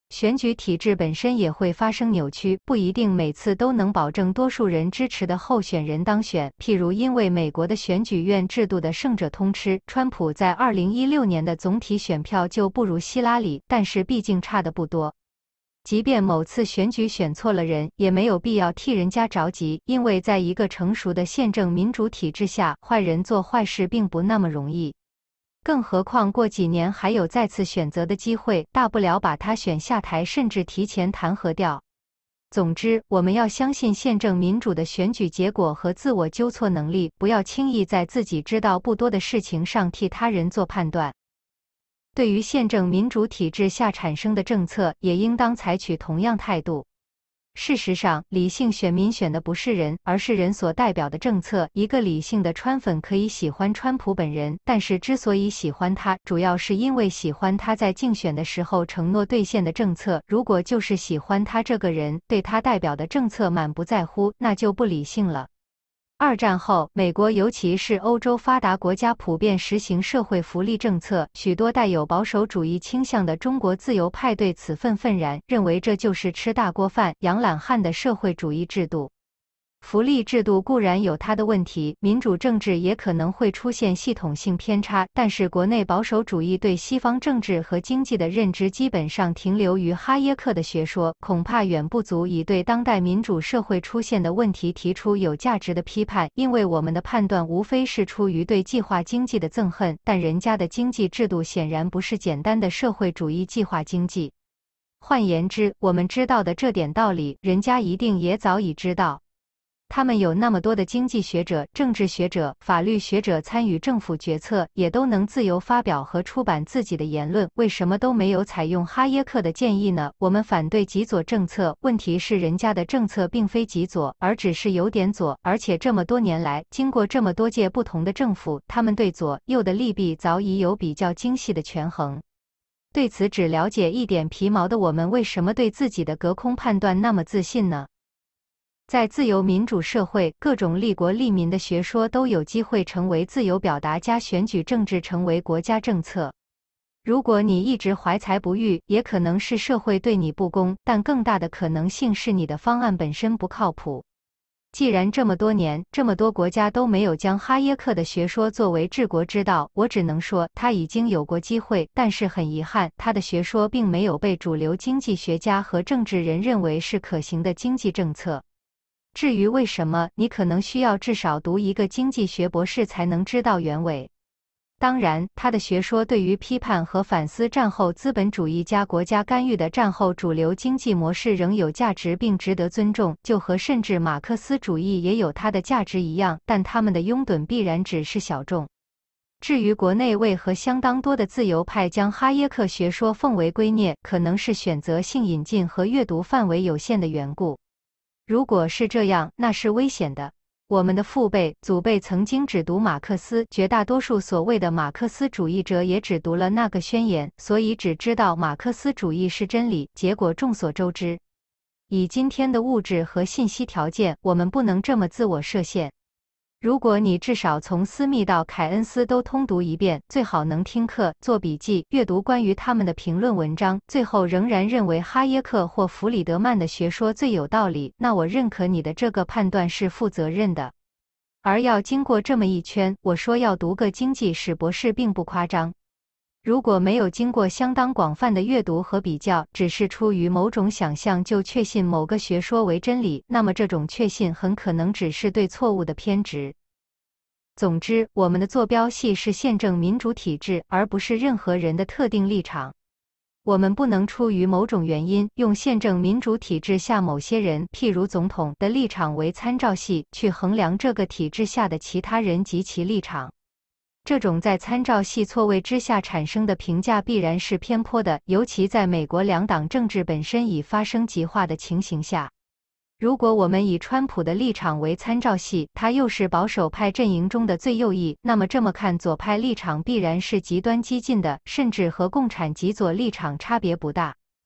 选举体制本身也会发生扭曲，不一定每次都能保证多数人支持的候选人当选。譬如因为美国的选举院制度的胜者通吃，川普在二零一六年的总体选票就不如希拉里，但是毕竟差的不多。即便某次选举选错了人，也没有必要替人家着急，因为在一个成熟的宪政民主体制下，坏人做坏事并不那么容易。更何况过几年还有再次选择的机会，大不了把他选下台，甚至提前弹劾掉。总之，我们要相信宪政民主的选举结果和自我纠错能力，不要轻易在自己知道不多的事情上替他人做判断。对于宪政民主体制下产生的政策，也应当采取同样态度。事实上，理性选民选的不是人，而是人所代表的政策。一个理性的川粉可以喜欢川普本人，但是之所以喜欢他，主要是因为喜欢他在竞选的时候承诺兑现的政策。如果就是喜欢他这个人，对他代表的政策满不在乎，那就不理性了。二战后，美国尤其是欧洲发达国家普遍实行社会福利政策，许多带有保守主义倾向的中国自由派对此愤愤然，认为这就是吃大锅饭、养懒汉的社会主义制度。福利制度固然有它的问题，民主政治也可能会出现系统性偏差，但是国内保守主义对西方政治和经济的认知基本上停留于哈耶克的学说，恐怕远不足以对当代民主社会出现的问题提出有价值的批判，因为我们的判断无非是出于对计划经济的憎恨，但人家的经济制度显然不是简单的社会主义计划经济。换言之，我们知道的这点道理，人家一定也早已知道。他们有那么多的经济学者、政治学者、法律学者参与政府决策，也都能自由发表和出版自己的言论，为什么都没有采用哈耶克的建议呢？我们反对极左政策，问题是人家的政策并非极左，而只是有点左，而且这么多年来，经过这么多届不同的政府，他们对左右的利弊早已有比较精细的权衡。对此只了解一点皮毛的我们，为什么对自己的隔空判断那么自信呢？在自由民主社会，各种利国利民的学说都有机会成为自由表达，加选举政治成为国家政策。如果你一直怀才不遇，也可能是社会对你不公，但更大的可能性是你的方案本身不靠谱。既然这么多年，这么多国家都没有将哈耶克的学说作为治国之道，我只能说他已经有过机会，但是很遗憾，他的学说并没有被主流经济学家和政治人认为是可行的经济政策。至于为什么，你可能需要至少读一个经济学博士才能知道原委。当然，他的学说对于批判和反思战后资本主义加国家干预的战后主流经济模式仍有价值并值得尊重，就和甚至马克思主义也有它的价值一样，但他们的拥趸必然只是小众。至于国内为何相当多的自由派将哈耶克学说奉为圭臬，可能是选择性引进和阅读范围有限的缘故。如果是这样，那是危险的。我们的父辈、祖辈曾经只读马克思，绝大多数所谓的马克思主义者也只读了那个宣言，所以只知道马克思主义是真理。结果众所周知。以今天的物质和信息条件，我们不能这么自我设限。如果你至少从斯密到凯恩斯都通读一遍，最好能听课、做笔记、阅读关于他们的评论文章，最后仍然认为哈耶克或弗里德曼的学说最有道理，那我认可你的这个判断是负责任的。而要经过这么一圈，我说要读个经济史博士并不夸张。如果没有经过相当广泛的阅读和比较，只是出于某种想象就确信某个学说为真理，那么这种确信很可能只是对错误的偏执。总之，我们的坐标系是宪政民主体制，而不是任何人的特定立场。我们不能出于某种原因，用宪政民主体制下某些人，譬如总统的立场为参照系，去衡量这个体制下的其他人及其立场。这种在参照系错位之下产生的评价必然是偏颇的，尤其在美国两党政治本身已发生极化的情形下。如果我们以川普的立场为参照系，他又是保守派阵营中的最右翼，那么这么看，左派立场必然是极端激进的，甚至和共产极左立场差别不大。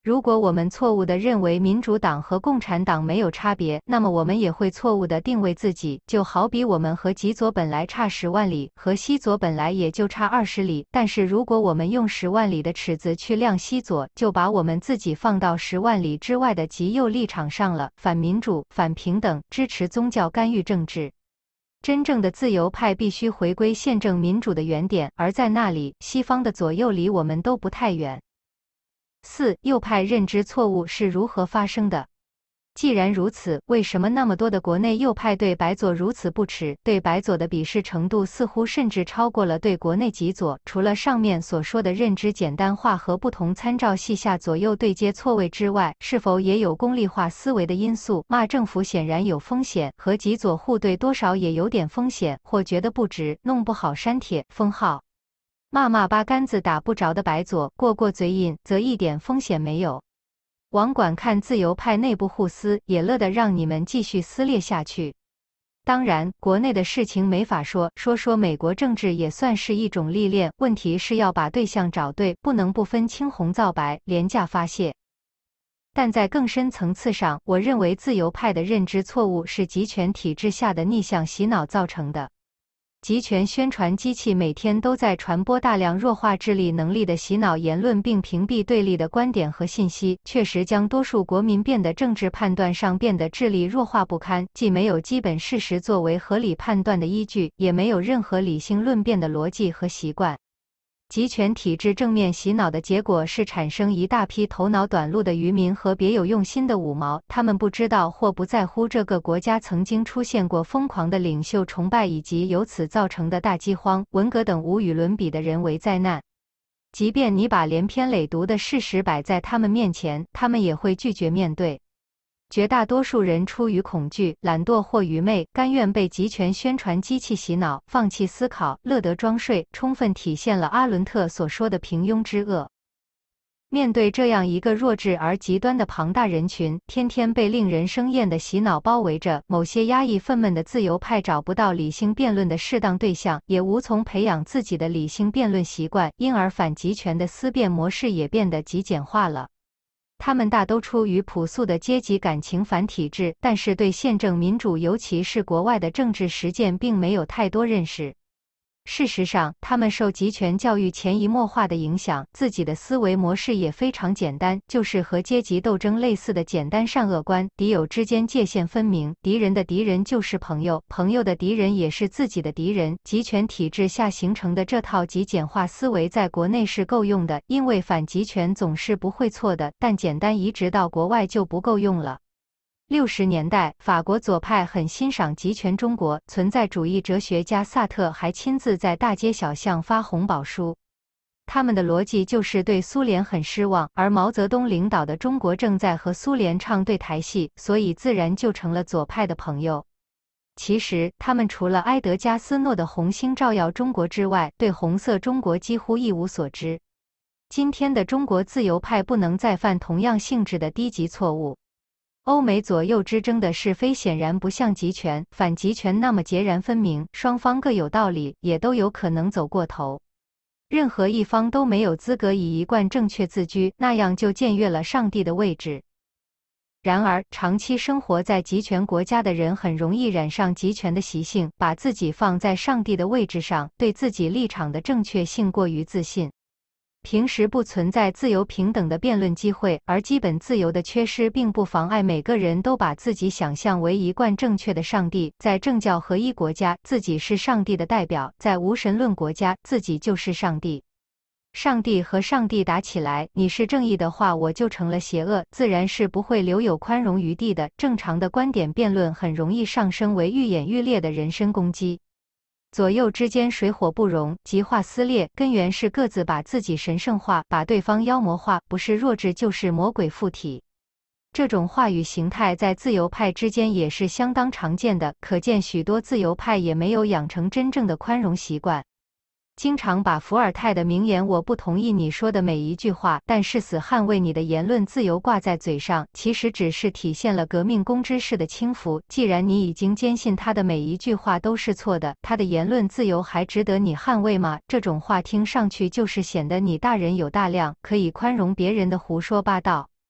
如果我们错误地认为民主党和共产党没有差别，那么我们也会错误地定位自己，就好比我们和极左本来差十万里，和西左本来也就差二十里，但是如果我们用十万里的尺子去量西左，就把我们自己放到十万里之外的极右立场上了，反民主、反平等，支持宗教干预政治。真正的自由派必须回归宪政民主的原点，而在那里，西方的左右离我们都不太远。四、右派认知错误是如何发生的？既然如此，为什么那么多的国内右派对白左如此不耻，对白左的鄙视程度似乎甚至超过了对国内极左？除了上面所说的认知简单化和不同参照系下左右对接错位之外，是否也有功利化思维的因素？骂政府显然有风险，和极左互对多少也有点风险，或觉得不值，弄不好删帖封号。骂骂八竿子打不着的白左，过过嘴瘾，则一点风险没有。网管看自由派内部互撕，也乐得让你们继续撕裂下去。当然，国内的事情没法说，说说美国政治也算是一种历练，问题是要把对象找对，不能不分青红皂白，廉价发泄。但在更深层次上，我认为自由派的认知错误是集权体制下的逆向洗脑造成的。集权宣传机器每天都在传播大量弱化智力能力的洗脑言论，并屏蔽对立的观点和信息，确实将多数国民变得政治判断上变得智力弱化不堪，既没有基本事实作为合理判断的依据，也没有任何理性论辩的逻辑和习惯。集权体制正面洗脑的结果是产生一大批头脑短路的愚民和别有用心的五毛，他们不知道或不在乎这个国家曾经出现过疯狂的领袖崇拜，以及由此造成的大饥荒、文革等无与伦比的人为灾难。即便你把连篇累牍的事实摆在他们面前，他们也会拒绝面对。绝大多数人出于恐惧、懒惰或愚昧，甘愿被集权宣传机器洗脑，放弃思考，乐得装睡，充分体现了阿伦特所说的平庸之恶。面对这样一个弱智而极端的庞大人群，天天被令人生厌的洗脑包围着，某些压抑愤懑的自由派找不到理性辩论的适当对象，也无从培养自己的理性辩论习惯，因而反集权的思辨模式也变得极简化了。他们大都出于朴素的阶级感情反体制，但是对宪政民主尤其是国外的政治实践并没有太多认识。事实上，他们受集权教育潜移默化的影响，自己的思维模式也非常简单，就是和阶级斗争类似的简单善恶观，敌友之间界限分明，敌人的敌人就是朋友，朋友的敌人也是自己的敌人。集权体制下形成的这套极简化思维在国内是够用的，因为反集权总是不会错的，但简单移植到国外就不够用了。六十年代，法国左派很欣赏集权中国，存在主义哲学家萨特还亲自在大街小巷发红宝书。他们的逻辑就是对苏联很失望，而毛泽东领导的中国正在和苏联唱对台戏，所以自然就成了左派的朋友。其实，他们除了埃德加斯诺的红星照耀中国之外，对红色中国几乎一无所知。今天的中国自由派不能再犯同样性质的低级错误。欧美左右之争的是非显然不像集权、反集权那么截然分明，双方各有道理，也都有可能走过头。任何一方都没有资格以一贯正确自居，那样就僭越了上帝的位置。然而，长期生活在集权国家的人很容易染上集权的习性，把自己放在上帝的位置上，对自己立场的正确性过于自信。平时不存在自由平等的辩论机会，而基本自由的缺失并不妨碍每个人都把自己想象为一贯正确的上帝。在政教合一国家，自己是上帝的代表；在无神论国家，自己就是上帝。上帝和上帝打起来，你是正义的话，我就成了邪恶，自然是不会留有宽容余地的。正常的观点辩论很容易上升为愈演愈烈的人身攻击。左右之间水火不容，极化撕裂，根源是各自把自己神圣化，把对方妖魔化，不是弱智就是魔鬼附体。这种话语形态在自由派之间也是相当常见的，可见许多自由派也没有养成真正的宽容习惯。经常把伏尔泰的名言“我不同意你说的每一句话，但誓死捍卫你的言论自由”挂在嘴上，其实只是体现了革命公知式的轻浮。既然你已经坚信他的每一句话都是错的，他的言论自由还值得你捍卫吗？这种话听上去就是显得你大人有大量，可以宽容别人的胡说八道。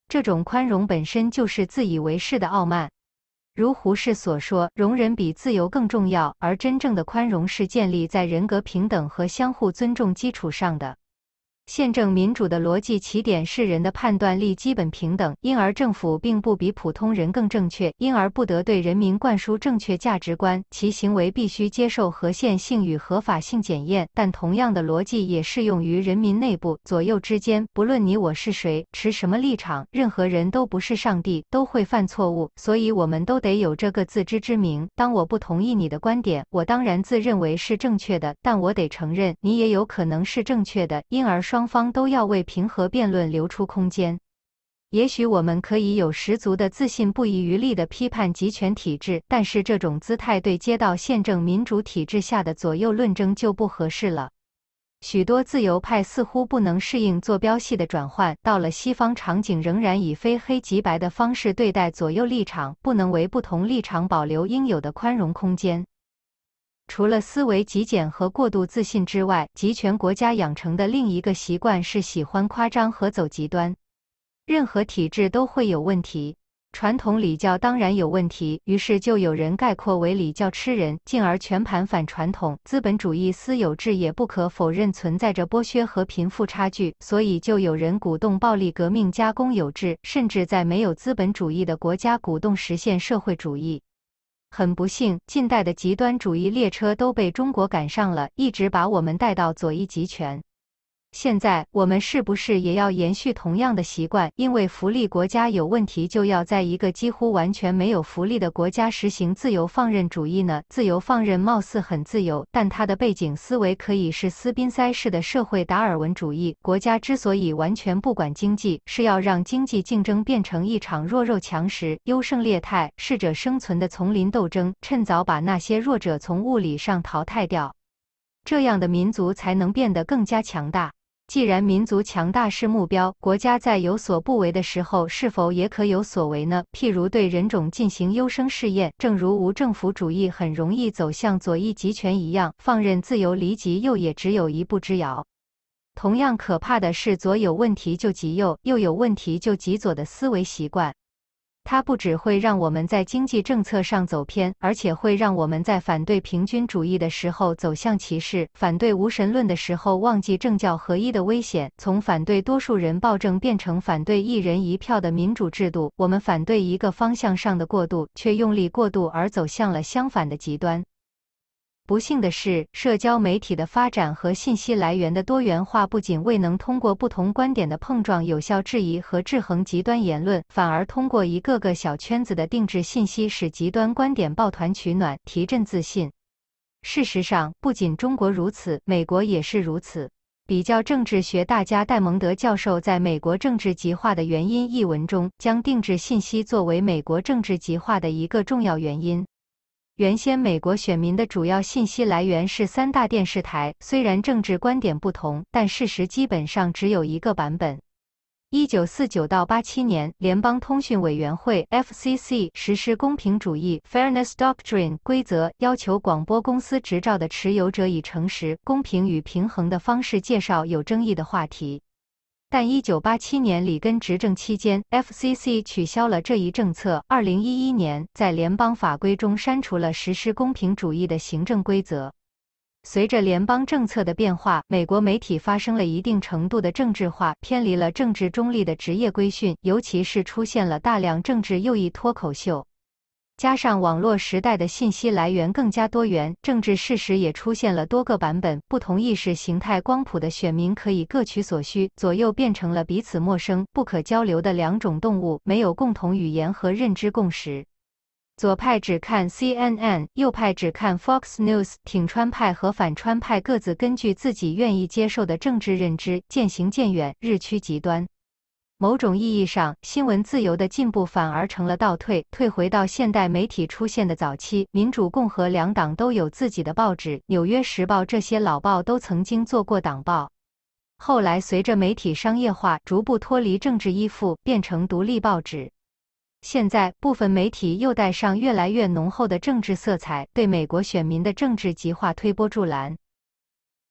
这种宽容本身就是自以为是的傲慢。如胡适所说，容忍比自由更重要，而真正的宽容是建立在人格平等和相互尊重基础上的。宪政民主的逻辑起点是人的判断力基本平等，因而政府并不比普通人更正确，因而不得对人民灌输正确价值观，其行为必须接受合宪性与合法性检验。但同样的逻辑也适用于人民内部、左右之间，不论你我是谁，持什么立场，任何人都不是上帝，都会犯错误，所以我们都得有这个自知之明。当我不同意你的观点，我当然自认为是正确的，但我得承认，你也有可能是正确的，因而双方都要为平和辩论留出空间。也许我们可以有十足的自信，不遗余力地批判集权体制，但是这种姿态对接到宪政民主体制下的左右论争就不合适了。许多自由派似乎不能适应坐标系的转换，到了西方场景仍然以非黑即白的方式对待左右立场，不能为不同立场保留应有的宽容空间。除了思维极简和过度自信之外，集权国家养成的另一个习惯是喜欢夸张和走极端。任何体制都会有问题，传统礼教当然有问题，于是就有人概括为礼教吃人，进而全盘反传统。资本主义私有制也不可否认存在着剥削和贫富差距，所以就有人鼓动暴力革命加公有制，甚至在没有资本主义的国家鼓动实现社会主义。很不幸，近代的极端主义列车都被中国赶上了，一直把我们带到左翼集权。现在我们是不是也要延续同样的习惯？因为福利国家有问题，就要在一个几乎完全没有福利的国家实行自由放任主义呢？自由放任貌似很自由，但它的背景思维可以是斯宾塞式的社会达尔文主义。国家之所以完全不管经济，是要让经济竞争变成一场弱肉强食、优胜劣汰、适者生存的丛林斗争，趁早把那些弱者从物理上淘汰掉，这样的民族才能变得更加强大。既然民族强大是目标，国家在有所不为的时候，是否也可有所为呢？譬如对人种进行优生试验，正如无政府主义很容易走向左翼集权一样，放任自由离极右也只有一步之遥。同样可怕的是左有问题就极右，右有问题就极左的思维习惯。它不只会让我们在经济政策上走偏，而且会让我们在反对平均主义的时候走向歧视，反对无神论的时候忘记政教合一的危险，从反对多数人暴政变成反对一人一票的民主制度。我们反对一个方向上的过渡，却用力过度而走向了相反的极端。不幸的是，社交媒体的发展和信息来源的多元化不仅未能通过不同观点的碰撞有效质疑和制衡极端言论，反而通过一个个小圈子的定制信息使极端观点抱团取暖，提振自信。事实上，不仅中国如此，美国也是如此。比较政治学大家戴蒙德教授在《美国政治极化的原因》一文中，将定制信息作为美国政治极化的一个重要原因。原先美国选民的主要信息来源是三大电视台，虽然政治观点不同，但事实基本上只有一个版本。一九四九到八七年，联邦通讯委员会 F C C 实施公平主义 Fairness Doctrine 规则，要求广播公司执照的持有者以诚实、公平与平衡的方式介绍有争议的话题。但一九八七年里根执政期间 ，F C C 取消了这一政策。二零一一年，在联邦法规中删除了实施公平主义的行政规则。随着联邦政策的变化，美国媒体发生了一定程度的政治化，偏离了政治中立的职业规训，尤其是出现了大量政治右翼脱口秀。加上网络时代的信息来源更加多元，政治事实也出现了多个版本，不同意识形态光谱的选民可以各取所需，左右变成了彼此陌生、不可交流的两种动物，没有共同语言和认知共识。左派只看 C N N， 右派只看 Fox News， 挺川派和反川派各自根据自己愿意接受的政治认知，渐行渐远，日趋极端。某种意义上，新闻自由的进步反而成了倒退，退回到现代媒体出现的早期。民主、共和两党都有自己的报纸，《纽约时报》这些老报都曾经做过党报。后来随着媒体商业化，逐步脱离政治依附，变成独立报纸。现在，部分媒体又带上越来越浓厚的政治色彩，对美国选民的政治极化推波助澜。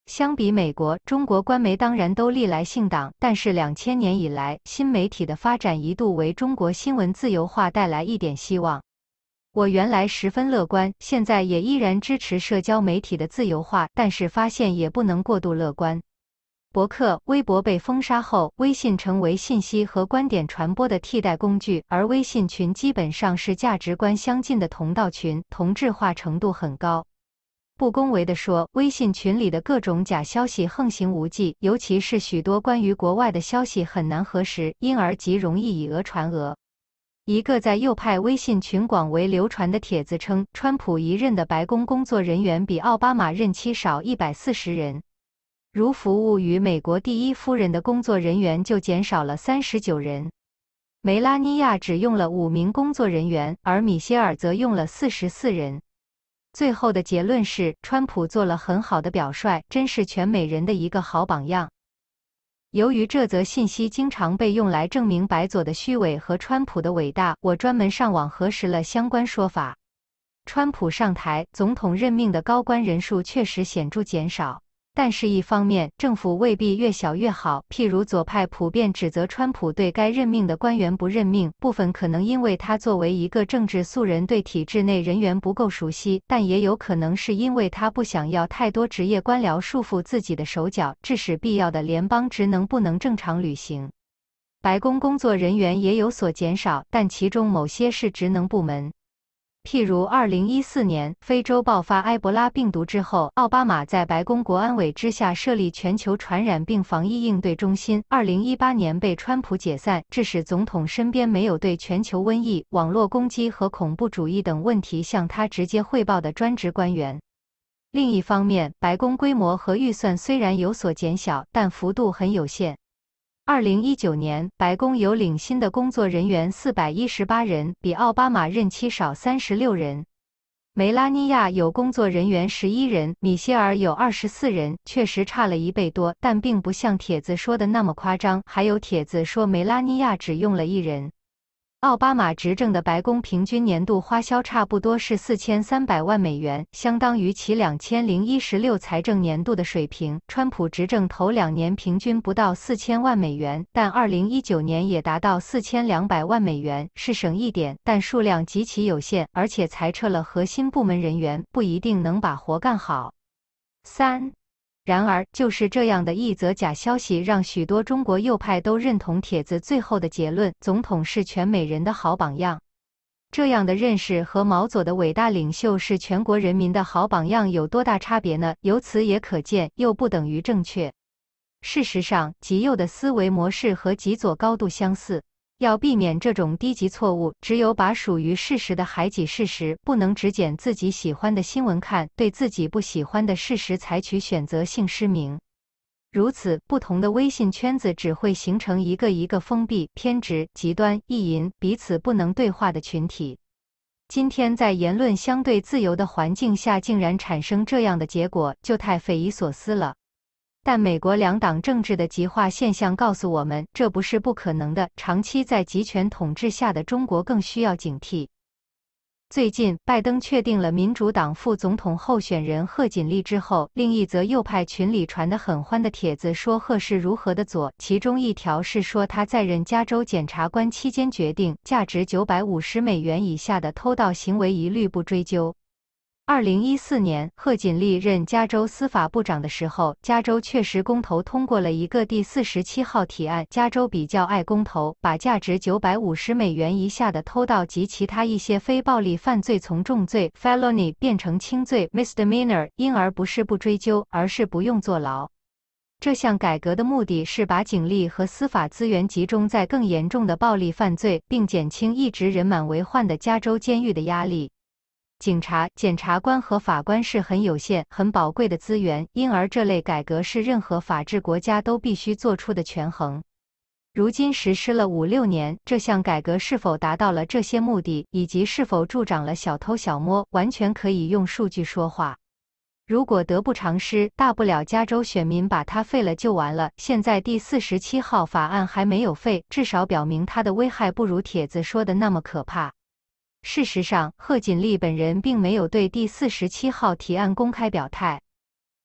相比美国，中国官媒当然都历来姓党，但是两千年以来，新媒体的发展一度为中国新闻自由化带来一点希望。我原来十分乐观，现在也依然支持社交媒体的自由化，但是发现也不能过度乐观。博客、微博被封杀后，微信成为信息和观点传播的替代工具，而微信群基本上是价值观相近的同道群，同质化程度很高。不恭维地说，微信群里的各种假消息横行无忌，尤其是许多关于国外的消息很难核实，因而极容易以讹传讹。一个在右派微信群广为流传的帖子称，川普一任的白宫工作人员比奥巴马任期少一百四十人，如服务于美国第一夫人的工作人员就减少了三十九人。梅拉尼亚只用了五名工作人员，而米歇尔则用了四十四人。最后的结论是，川普做了很好的表率，真是全美人的一个好榜样。由于这则信息经常被用来证明白左的虚伪和川普的伟大，我专门上网核实了相关说法。川普上台，总统任命的高官人数确实显著减少。但是一方面，政府未必越小越好，譬如左派普遍指责川普对该任命的官员不任命，部分可能因为他作为一个政治素人对体制内人员不够熟悉，但也有可能是因为他不想要太多职业官僚束缚自己的手脚，致使必要的联邦职能不能正常履行。白宫工作人员也有所减少，但其中某些是职能部门。譬如二零一四年非洲爆发埃博拉病毒之后，奥巴马在白宫国安委之下设立全球传染病防疫应对中心。二零一八年被川普解散，致使总统身边没有对全球瘟疫、网络攻击和恐怖主义等问题向他直接汇报的专职官员。另一方面，白宫规模和预算虽然有所减小，但幅度很有限。二零一九年，白宫有领薪的工作人员四百一十八人，比奥巴马任期少三十六人。梅拉尼亚有工作人员十一人，米歇尔有二十四人，确实差了一倍多，但并不像帖子说的那么夸张。还有帖子说梅拉尼亚只用了一人。奥巴马执政的白宫平均年度花销差不多是四千三百万美元，相当于其两千零一十六财政年度的水平。川普执政头两年平均不到四千万美元，但二零一九年也达到四千两百万美元，是省一点，但数量极其有限，而且裁撤了核心部门人员，不一定能把活干好。三然而，就是这样的一则假消息，让许多中国右派都认同帖子最后的结论：总统是全美人的好榜样。这样的认识和毛左的伟大领袖是全国人民的好榜样有多大差别呢？由此也可见，又不等于正确。事实上，极右的思维模式和极左高度相似。要避免这种低级错误，只有把属于事实的海挤事实，不能只捡自己喜欢的新闻看，对自己不喜欢的事实采取选择性失明。如此，不同的微信圈子只会形成一个一个封闭、偏执、极端、意淫、彼此不能对话的群体。今天在言论相对自由的环境下，竟然产生这样的结果，就太匪夷所思了。但美国两党政治的极化现象告诉我们，这不是不可能的。长期在集权统治下的中国更需要警惕。最近，拜登确定了民主党副总统候选人贺锦丽之后，另一则右派群里传得很欢的帖子说贺是如何的左，其中一条是说他在任加州检察官期间决定，价值九百五十美元以下的偷盗行为一律不追究。二零一四年，贺锦丽任加州司法部长的时候，加州确实公投通过了一个第四十七号提案。加州比较爱公投，把价值九百五十美元以下的偷盗及其他一些非暴力犯罪从重罪 felony 变成轻罪 misdemeanor， 因而不是不追究，而是不用坐牢。这项改革的目的是把警力和司法资源集中在更严重的暴力犯罪，并减轻一直人满为患的加州监狱的压力。警察、检察官和法官是很有限、很宝贵的资源，因而这类改革是任何法治国家都必须做出的权衡。如今实施了五六年，这项改革是否达到了这些目的，以及是否助长了小偷小摸，完全可以用数据说话。如果得不偿失，大不了加州选民把它废了就完了。现在第四十七号法案还没有废，至少表明它的危害不如帖子说的那么可怕。事实上，贺锦丽本人并没有对第四十七号提案公开表态。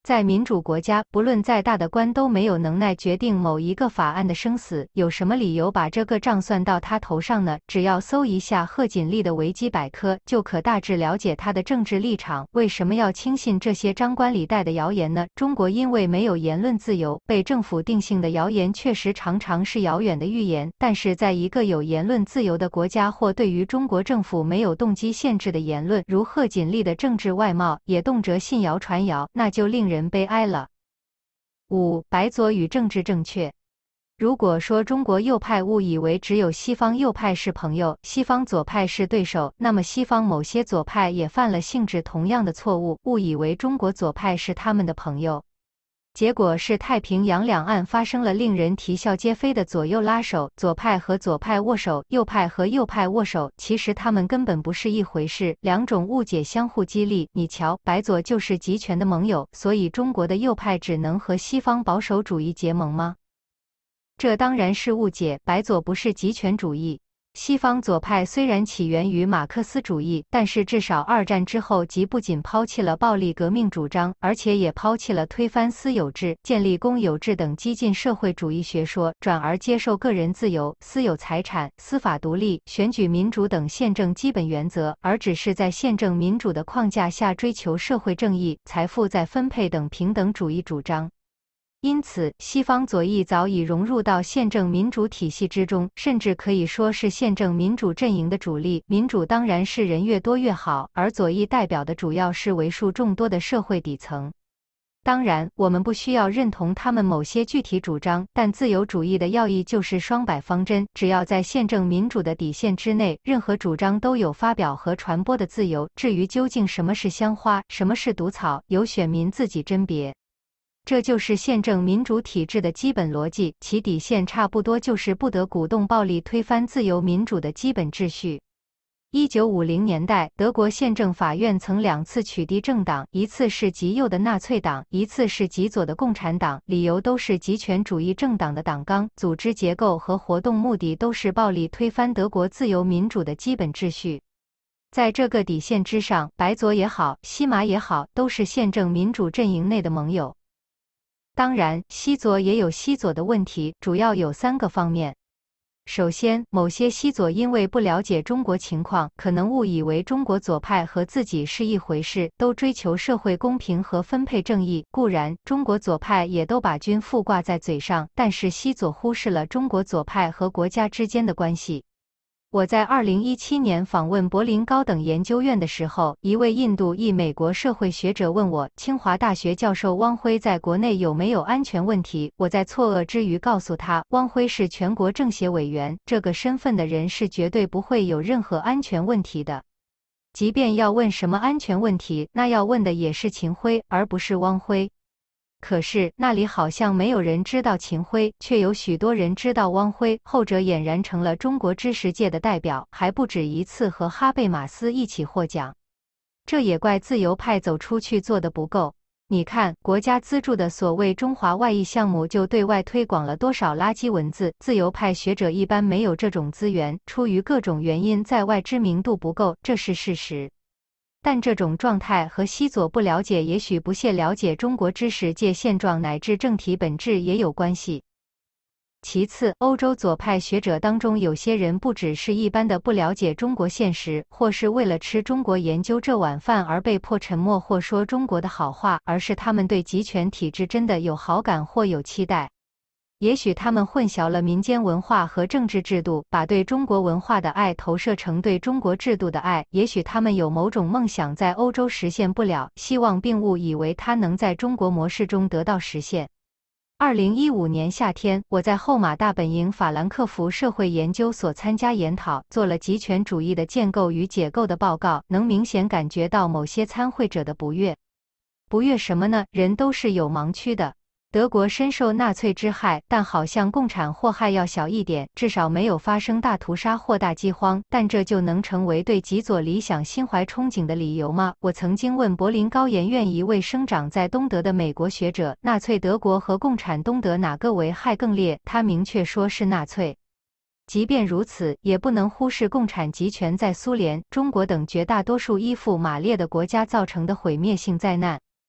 在民主国家，不论再大的官都没有能耐决定某一个法案的生死，有什么理由把这个账算到他头上呢？只要搜一下贺锦丽的维基百科，就可大致了解他的政治立场。为什么要轻信这些张冠李戴的谣言呢？中国因为没有言论自由，被政府定性的谣言确实常常是遥远的预言。但是在一个有言论自由的国家，或对于中国政府没有动机限制的言论，如贺锦丽的政治外貌，也动辄信谣传谣，那就令人人悲哀了。五、白左与政治正确。如果说中国右派误以为只有西方右派是朋友，西方左派是对手，那么西方某些左派也犯了性质同样的错误，误以为中国左派是他们的朋友。结果是太平洋两岸发生了令人啼笑皆非的左右拉手，左派和左派握手，右派和右派握手，其实他们根本不是一回事，两种误解相互激励。你瞧，白左就是集权的盟友，所以中国的右派只能和西方保守主义结盟吗？这当然是误解，白左不是极权主义。西方左派虽然起源于马克思主义，但是至少二战之后即不仅抛弃了暴力革命主张，而且也抛弃了推翻私有制、建立公有制等激进社会主义学说，转而接受个人自由、私有财产、司法独立、选举民主等宪政基本原则，而只是在宪政民主的框架下追求社会正义、财富再分配等平等主义主张。因此，西方左翼早已融入到宪政民主体系之中，甚至可以说是宪政民主阵营的主力。民主当然是人越多越好，而左翼代表的主要是为数众多的社会底层。当然，我们不需要认同他们某些具体主张，但自由主义的要义就是双摆方针，只要在宪政民主的底线之内，任何主张都有发表和传播的自由。至于究竟什么是香花，什么是毒草，由选民自己甄别。这就是宪政民主体制的基本逻辑，其底线差不多就是不得鼓动暴力推翻自由民主的基本秩序。一九五零年代，德国宪政法院曾两次取缔政党，一次是极右的纳粹党，一次是极左的共产党，理由都是极权主义政党的党纲、组织结构和活动目的都是暴力推翻德国自由民主的基本秩序。在这个底线之上，白左也好，西马也好，都是宪政民主阵营内的盟友。当然，西左也有西左的问题，主要有三个方面。首先，某些西左因为不了解中国情况，可能误以为中国左派和自己是一回事，都追求社会公平和分配正义。固然，中国左派也都把均富挂在嘴上，但是西左忽视了中国左派和国家之间的关系。我在二零一七年访问柏林高等研究院的时候，一位印度裔美国社会学者问我，清华大学教授汪辉在国内有没有安全问题？我在错愕之余告诉他，汪辉是全国政协委员，这个身份的人是绝对不会有任何安全问题的。即便要问什么安全问题，那要问的也是秦晖，而不是汪辉。可是那里好像没有人知道秦晖，却有许多人知道汪辉，后者俨然成了中国知识界的代表，还不止一次和哈贝马斯一起获奖。这也怪自由派走出去做得不够。你看，国家资助的所谓中华外溢项目就对外推广了多少垃圾文字，自由派学者一般没有这种资源，出于各种原因在外知名度不够，这是事实。但这种状态和西左不了解，也许不屑了解中国知识界现状乃至政体本质也有关系。其次，欧洲左派学者当中有些人不只是一般的不了解中国现实，或是为了吃中国研究这碗饭而被迫沉默或说中国的好话，而是他们对集权体制真的有好感或有期待。也许他们混淆了民间文化和政治制度，把对中国文化的爱投射成对中国制度的爱。也许他们有某种梦想在欧洲实现不了，希望并误以为它能在中国模式中得到实现。二零一五年夏天，我在后马大本营法兰克福社会研究所参加研讨，做了极权主义的建构与解构的报告，能明显感觉到某些参会者的不悦。不悦什么呢？人都是有盲区的。德国深受纳粹之害，但好像共产祸害要小一点，至少没有发生大屠杀或大饥荒。但这就能成为对极左理想心怀憧憬的理由吗？我曾经问柏林高研院一位生长在东德的美国学者，纳粹德国和共产东德哪个危害更烈？他明确说是纳粹。即便如此，也不能忽视共产集权在苏联、中国等绝大多数依附马列的国家造成的毁灭性灾难。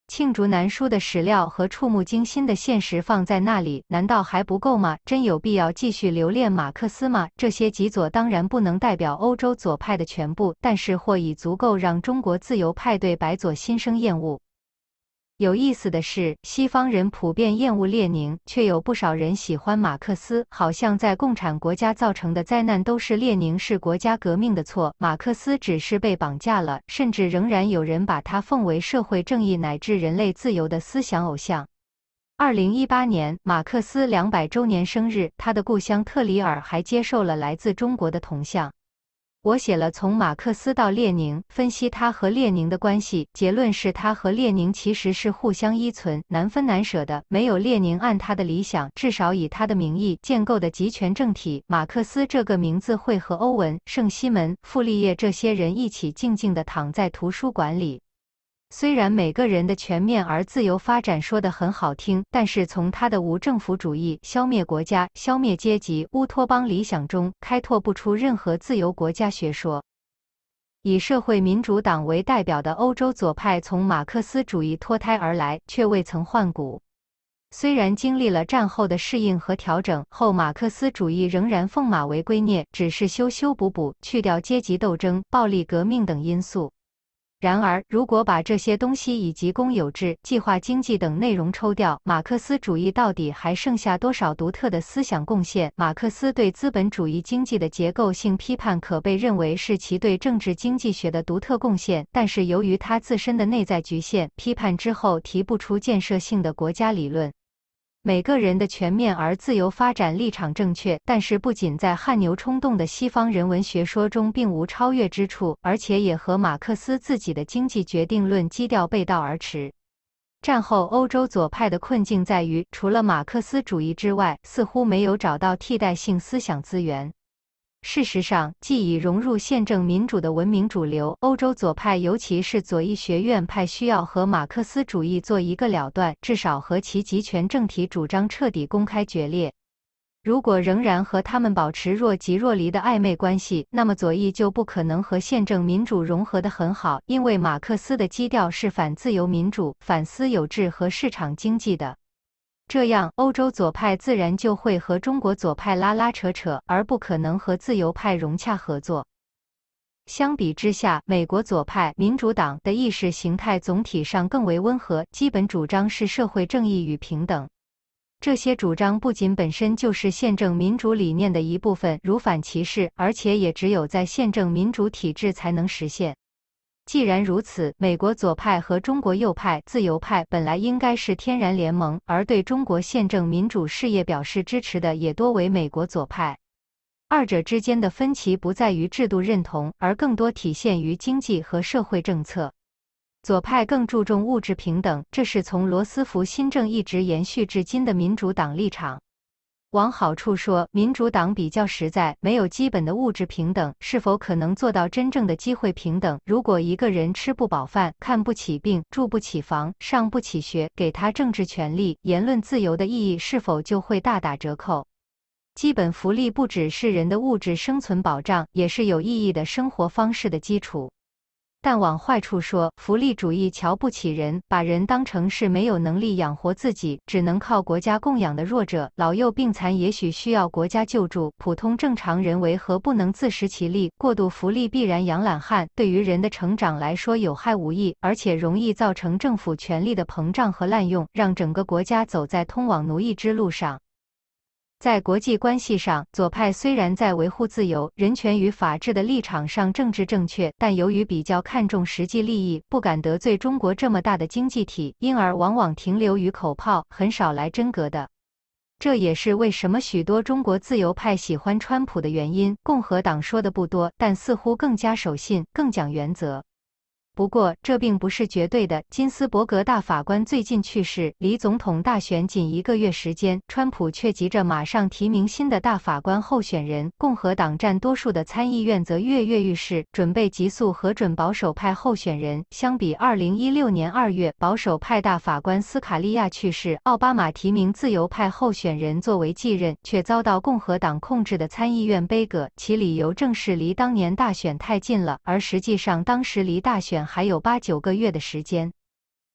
罄竹难书的史料和触目惊心的现实放在那里，难道还不够吗？真有必要继续留恋马克思吗？这些极左当然不能代表欧洲左派的全部，但是或已足够让中国自由派对白左心生厌恶。有意思的是，西方人普遍厌恶列宁，却有不少人喜欢马克思，好像在共产国家造成的灾难都是列宁是国家革命的错，马克思只是被绑架了，甚至仍然有人把他奉为社会正义乃至人类自由的思想偶像。二零一八年，马克思两百周年生日，他的故乡特里尔还接受了来自中国的铜像。我写了从马克思到列宁，分析他和列宁的关系，结论是他和列宁其实是互相依存、难分难舍的。没有列宁按他的理想，至少以他的名义建构的集权政体，马克思这个名字会和欧文、圣西门、傅立叶这些人一起静静地躺在图书馆里。虽然每个人的全面而自由发展说得很好听，但是从他的无政府主义、消灭国家、消灭阶级、乌托邦理想中开拓不出任何自由国家学说。以社会民主党为代表的欧洲左派从马克思主义脱胎而来，却未曾换骨。虽然经历了战后的适应和调整后，马克思主义仍然奉马为圭臬，只是修修补补，去掉阶级斗争、暴力革命等因素。然而，如果把这些东西以及公有制、计划经济等内容抽掉，马克思主义到底还剩下多少独特的思想贡献？马克思对资本主义经济的结构性批判可被认为是其对政治经济学的独特贡献，但是由于他自身的内在局限，批判之后提不出建设性的国家理论。每个人的全面而自由发展立场正确，但是不仅在汗牛充栋的西方人文学说中并无超越之处，而且也和马克思自己的经济决定论基调背道而驰。战后欧洲左派的困境在于，除了马克思主义之外，似乎没有找到替代性思想资源。事实上，既已融入宪政民主的文明主流，欧洲左派尤其是左翼学院派需要和马克思主义做一个了断，至少和其集权政体主张彻底公开决裂。如果仍然和他们保持若即若离的暧昧关系，那么左翼就不可能和宪政民主融合得很好，因为马克思的基调是反自由民主、反私有制和市场经济的。这样，欧洲左派自然就会和中国左派拉拉扯扯，而不可能和自由派融洽合作。相比之下，美国左派民主党的意识形态总体上更为温和，基本主张是社会正义与平等。这些主张不仅本身就是宪政民主理念的一部分，如反歧视，而且也只有在宪政民主体制才能实现。既然如此，美国左派和中国右派、自由派本来应该是天然联盟，而对中国宪政民主事业表示支持的也多为美国左派。二者之间的分歧不在于制度认同，而更多体现于经济和社会政策。左派更注重物质平等，这是从罗斯福新政一直延续至今的民主党立场。往好处说，民主党比较实在，没有基本的物质平等，是否可能做到真正的机会平等？如果一个人吃不饱饭、看不起病、住不起房、上不起学，给他政治权利、言论自由的意义是否就会大打折扣？基本福利不只是人的物质生存保障，也是有意义的生活方式的基础。但往坏处说，福利主义瞧不起人，把人当成是没有能力养活自己，只能靠国家供养的弱者，老幼病残也许需要国家救助，普通正常人为何不能自食其力？过度福利必然养懒汉，对于人的成长来说有害无益，而且容易造成政府权力的膨胀和滥用，让整个国家走在通往奴役之路上。在国际关系上，左派虽然在维护自由、人权与法治的立场上政治正确，但由于比较看重实际利益，不敢得罪中国这么大的经济体，因而往往停留于口炮，很少来真格的。这也是为什么许多中国自由派喜欢川普的原因。共和党说的不多，但似乎更加守信，更讲原则。不过，这并不是绝对的。金斯伯格大法官最近去世，离总统大选仅一个月时间，川普却急着马上提名新的大法官候选人。共和党占多数的参议院则跃跃欲试，准备急速核准保守派候选人。相比二零一六年二月，保守派大法官斯卡利亚去世，奥巴马提名自由派候选人作为继任，却遭到共和党控制的参议院杯葛，其理由正是离当年大选太近了，而实际上当时离大选还有八九个月的时间。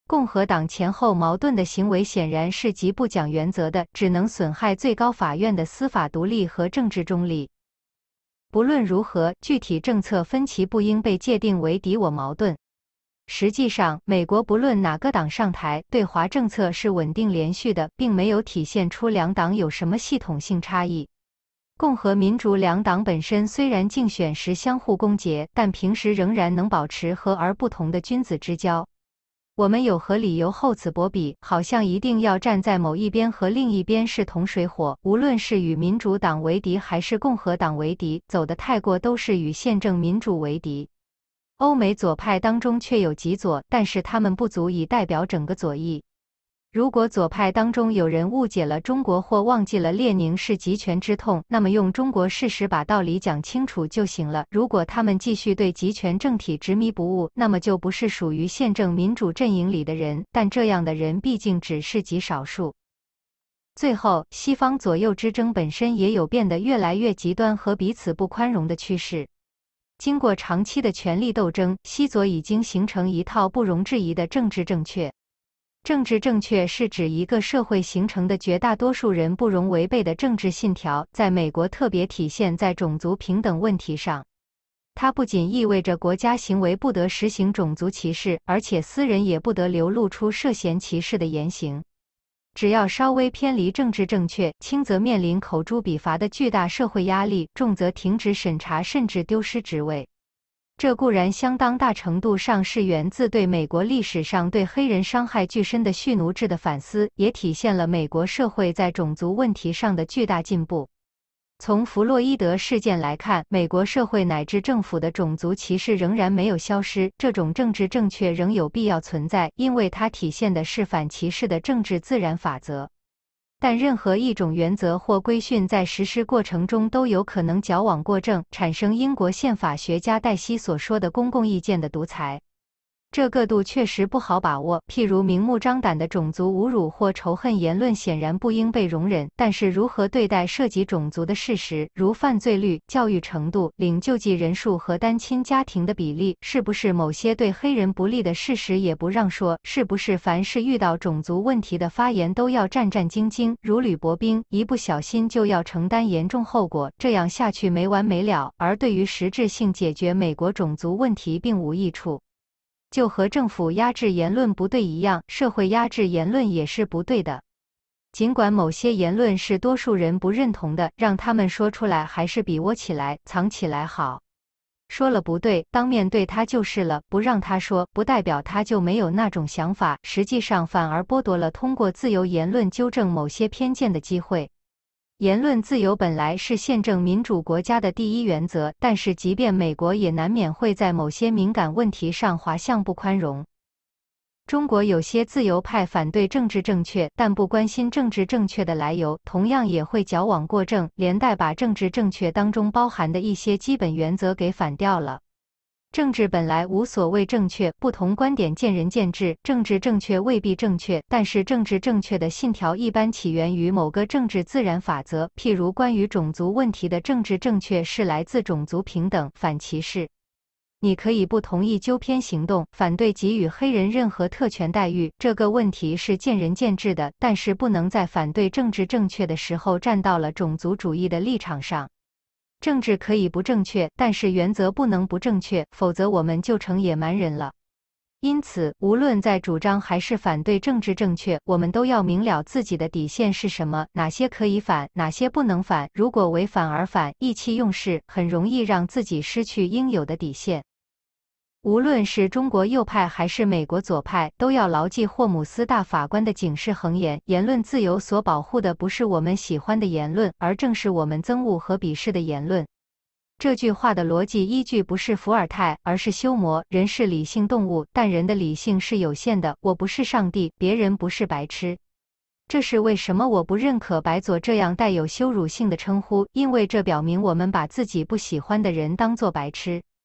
共和党前后矛盾的行为显然是极不讲原则的，只能损害最高法院的司法独立和政治中立。不论如何，具体政策分歧不应被界定为敌我矛盾。实际上，美国不论哪个党上台，对华政策是稳定连续的，并没有体现出两党有什么系统性差异。共和民主两党本身虽然竞选时相互攻讦，但平时仍然能保持和而不同的君子之交。我们有何理由厚此薄彼，好像一定要站在某一边和另一边是同水火？无论是与民主党为敌还是共和党为敌，走得太过都是与宪政民主为敌。欧美左派当中确有极左，但是他们不足以代表整个左翼。如果左派当中有人误解了中国或忘记了列宁是极权之痛，那么用中国事实把道理讲清楚就行了。如果他们继续对极权政体执迷不悟，那么就不是属于宪政民主阵营里的人，但这样的人毕竟只是极少数。最后，西方左右之争本身也有变得越来越极端和彼此不宽容的趋势。经过长期的权力斗争，西左已经形成一套不容置疑的政治正确。政治正确是指一个社会形成的绝大多数人不容违背的政治信条，在美国特别体现在种族平等问题上。它不仅意味着国家行为不得实行种族歧视，而且私人也不得流露出涉嫌歧视的言行。只要稍微偏离政治正确，轻则面临口诛笔伐的巨大社会压力，重则停止审查甚至丢失职位。这固然相当大程度上是源自对美国历史上对黑人伤害巨深的蓄奴制的反思，也体现了美国社会在种族问题上的巨大进步。从弗洛伊德事件来看，美国社会乃至政府的种族歧视仍然没有消失，这种政治正确仍有必要存在，因为它体现的是反歧视的政治自然法则。但任何一种原则或规训在实施过程中都有可能矫枉过正，产生英国宪法学家黛西所说的公共意见的独裁。这个度确实不好把握，譬如明目张胆的种族侮辱或仇恨言论显然不应被容忍，但是如何对待涉及种族的事实，如犯罪率、教育程度、领救济人数和单亲家庭的比例，是不是某些对黑人不利的事实也不让说，是不是凡是遇到种族问题的发言都要战战兢兢，如履薄冰，一不小心就要承担严重后果，这样下去没完没了，而对于实质性解决美国种族问题并无益处。就和政府压制言论不对一样，社会压制言论也是不对的。尽管某些言论是多数人不认同的，让他们说出来还是比窝起来、藏起来好。说了不对，当面对他就是了，不让他说，不代表他就没有那种想法，实际上反而剥夺了通过自由言论纠正某些偏见的机会。言论自由本来是宪政民主国家的第一原则，但是即便美国也难免会在某些敏感问题上滑向不宽容。中国有些自由派反对政治正确，但不关心政治正确的来由，同样也会矫枉过正，连带把政治正确当中包含的一些基本原则给反掉了。政治本来无所谓正确，不同观点见仁见智，政治正确未必正确，但是政治正确的信条一般起源于某个政治自然法则，譬如关于种族问题的政治正确是来自种族平等、反歧视。你可以不同意纠偏行动，反对给予黑人任何特权待遇，这个问题是见仁见智的，但是不能在反对政治正确的时候站到了种族主义的立场上。政治可以不正确，但是原则不能不正确，否则我们就成野蛮人了。因此，无论在主张还是反对政治正确，我们都要明了自己的底线是什么，哪些可以反，哪些不能反。如果为反而反，意气用事，很容易让自己失去应有的底线。无论是中国右派还是美国左派，都要牢记霍姆斯大法官的警示横言：言论自由所保护的不是我们喜欢的言论，而正是我们憎恶和鄙视的言论。这句话的逻辑依据不是伏尔泰，而是休谟。人是理性动物，但人的理性是有限的。我不是上帝，别人不是白痴。这是为什么我不认可白左这样带有羞辱性的称呼，因为这表明我们把自己不喜欢的人当作白痴。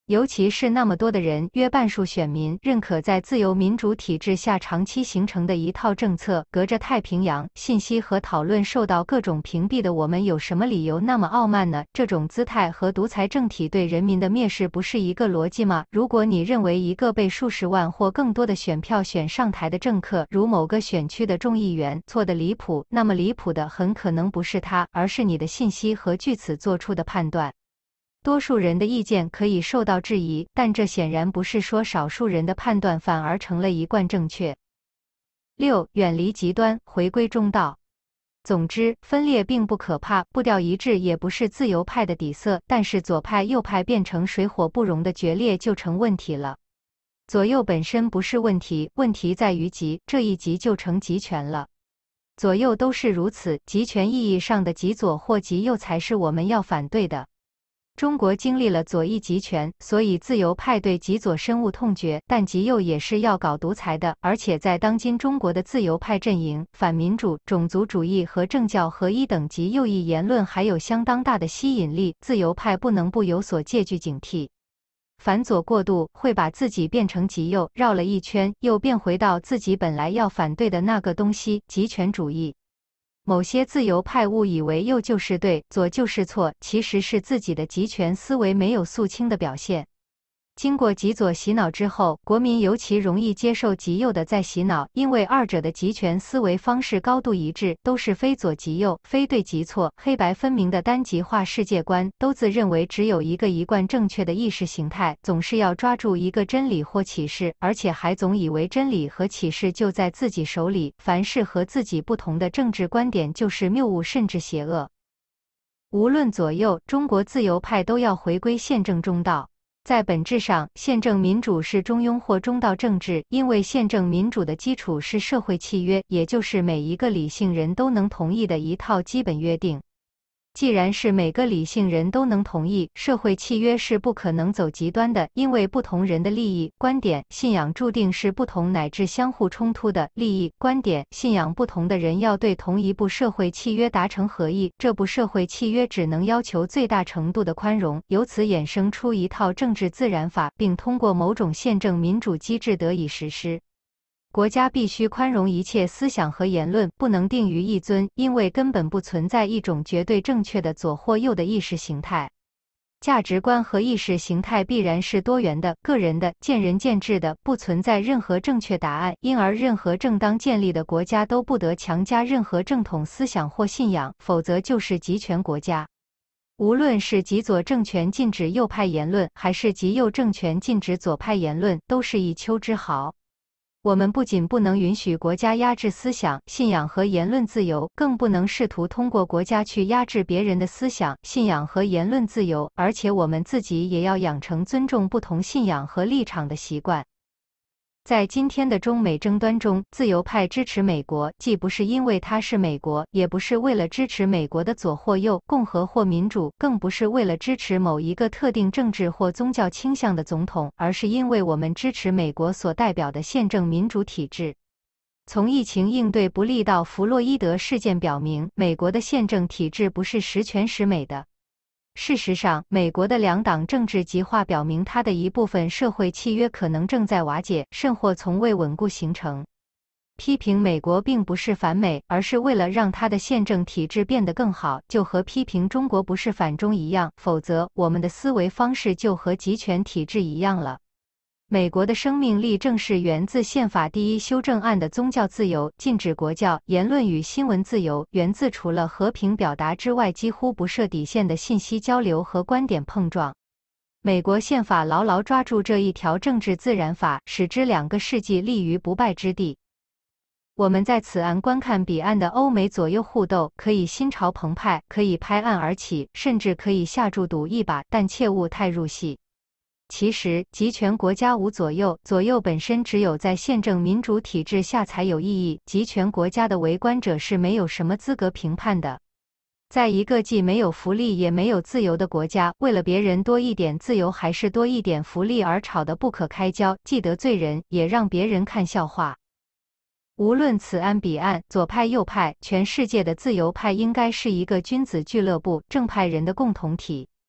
尤其是那么多的人，约半数选民认可在自由民主体制下长期形成的一套政策，隔着太平洋，信息和讨论受到各种屏蔽的我们，有什么理由那么傲慢呢？这种姿态和独裁政体对人民的蔑视不是一个逻辑吗？如果你认为一个被数十万或更多的选票选上台的政客，如某个选区的众议员，错得离谱，那么离谱的很可能不是他，而是你的信息和据此做出的判断。多数人的意见可以受到质疑，但这显然不是说少数人的判断反而成了一贯正确。六、远离极端，回归中道。总之，分裂并不可怕，步调一致也不是自由派的底色，但是左派右派变成水火不容的决裂就成问题了。左右本身不是问题，问题在于极，这一极就成极权了。左右都是如此，极权意义上的极左或极右才是我们要反对的。中国经历了左翼极权，所以自由派对极左深恶痛绝，但极右也是要搞独裁的，而且在当今中国的自由派阵营，反民主、种族主义和政教合一等极右翼言论还有相当大的吸引力，自由派不能不有所戒惧警惕。反左过度会把自己变成极右，绕了一圈又变回到自己本来要反对的那个东西——极权主义。某些自由派误以为右就是对，左就是错，其实是自己的极权思维没有肃清的表现。经过极左洗脑之后，国民尤其容易接受极右的再洗脑，因为二者的极权思维方式高度一致，都是非左即右、非对即错、黑白分明的单极化世界观，都自认为只有一个一贯正确的意识形态，总是要抓住一个真理或启示，而且还总以为真理和启示就在自己手里，凡是和自己不同的政治观点就是谬误甚至邪恶。无论左右，中国自由派都要回归宪政中道。在本质上，宪政民主是中庸或中道政治，因为宪政民主的基础是社会契约，也就是每一个理性人都能同意的一套基本约定。既然是每个理性人都能同意，社会契约是不可能走极端的，因为不同人的利益、观点、信仰注定是不同乃至相互冲突的。利益、观点、信仰不同的人要对同一部社会契约达成合意，这部社会契约只能要求最大程度的宽容，由此衍生出一套政治自然法，并通过某种宪政民主机制得以实施。国家必须宽容一切思想和言论，不能定于一尊，因为根本不存在一种绝对正确的左或右的意识形态。价值观和意识形态必然是多元的、个人的、见仁见智的，不存在任何正确答案，因而任何正当建立的国家都不得强加任何正统思想或信仰，否则就是极权国家。无论是极左政权禁止右派言论，还是极右政权禁止左派言论，都是一丘之迢。我们不仅不能允许国家压制思想、信仰和言论自由，更不能试图通过国家去压制别人的思想、信仰和言论自由，而且我们自己也要养成尊重不同信仰和立场的习惯。在今天的中美争端中，自由派支持美国，既不是因为它是美国，也不是为了支持美国的左或右、共和或民主，更不是为了支持某一个特定政治或宗教倾向的总统，而是因为我们支持美国所代表的宪政民主体制。从疫情应对不利到弗洛伊德事件表明，美国的宪政体制不是十全十美的。事实上，美国的两党政治极化表明，它的一部分社会契约可能正在瓦解，甚或从未稳固形成。批评美国并不是反美，而是为了让它的宪政体制变得更好，就和批评中国不是反中一样，否则我们的思维方式就和极权体制一样了。美国的生命力正是源自宪法第一修正案的宗教自由、禁止国教、言论与新闻自由，源自除了和平表达之外几乎不设底线的信息交流和观点碰撞。美国宪法牢牢抓住这一条政治自然法，使之两个世纪立于不败之地。我们在此岸观看彼岸的欧美左右互斗，可以心潮澎湃，可以拍案而起，甚至可以下注赌一把，但切勿太入戏。其实，极权国家无左右，左右本身只有在宪政民主体制下才有意义。极权国家的围观者是没有什么资格评判的。在一个既没有福利也没有自由的国家，为了别人多一点自由还是多一点福利而吵得不可开交，既得罪人，也让别人看笑话。无论此岸彼岸，左派右派，全世界的自由派应该是一个君子俱乐部，正派人的共同体。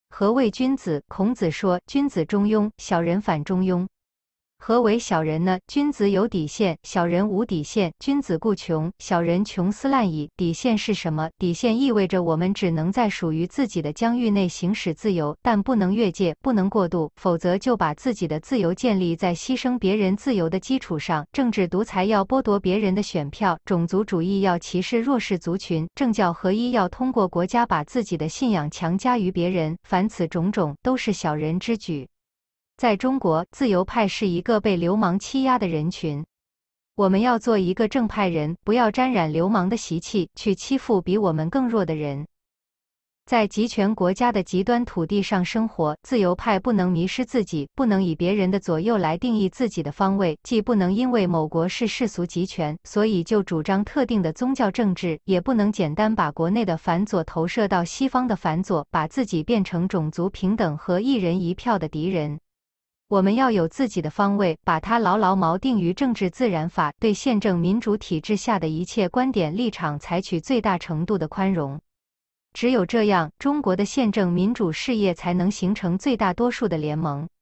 何谓君子？孔子说：君子中庸，小人反中庸。何为小人呢？君子有底线，小人无底线。君子固穷，小人穷斯滥矣。底线是什么？底线意味着我们只能在属于自己的疆域内行使自由，但不能越界，不能过度，否则就把自己的自由建立在牺牲别人自由的基础上。政治独裁要剥夺别人的选票，种族主义要歧视弱势族群，政教合一要通过国家把自己的信仰强加于别人。凡此种种，都是小人之举。在中国，自由派是一个被流氓欺压的人群。我们要做一个正派人，不要沾染流氓的习气，去欺负比我们更弱的人。在集权国家的极端土地上生活，自由派不能迷失自己，不能以别人的左右来定义自己的方位，既不能因为某国是世俗集权，所以就主张特定的宗教政治，也不能简单把国内的反左投射到西方的反左，把自己变成种族平等和一人一票的敌人。我们要有自己的方位，把它牢牢锚定于政治自然法，对宪政民主体制下的一切观点立场采取最大程度的宽容。只有这样，中国的宪政民主事业才能形成最大多数的联盟。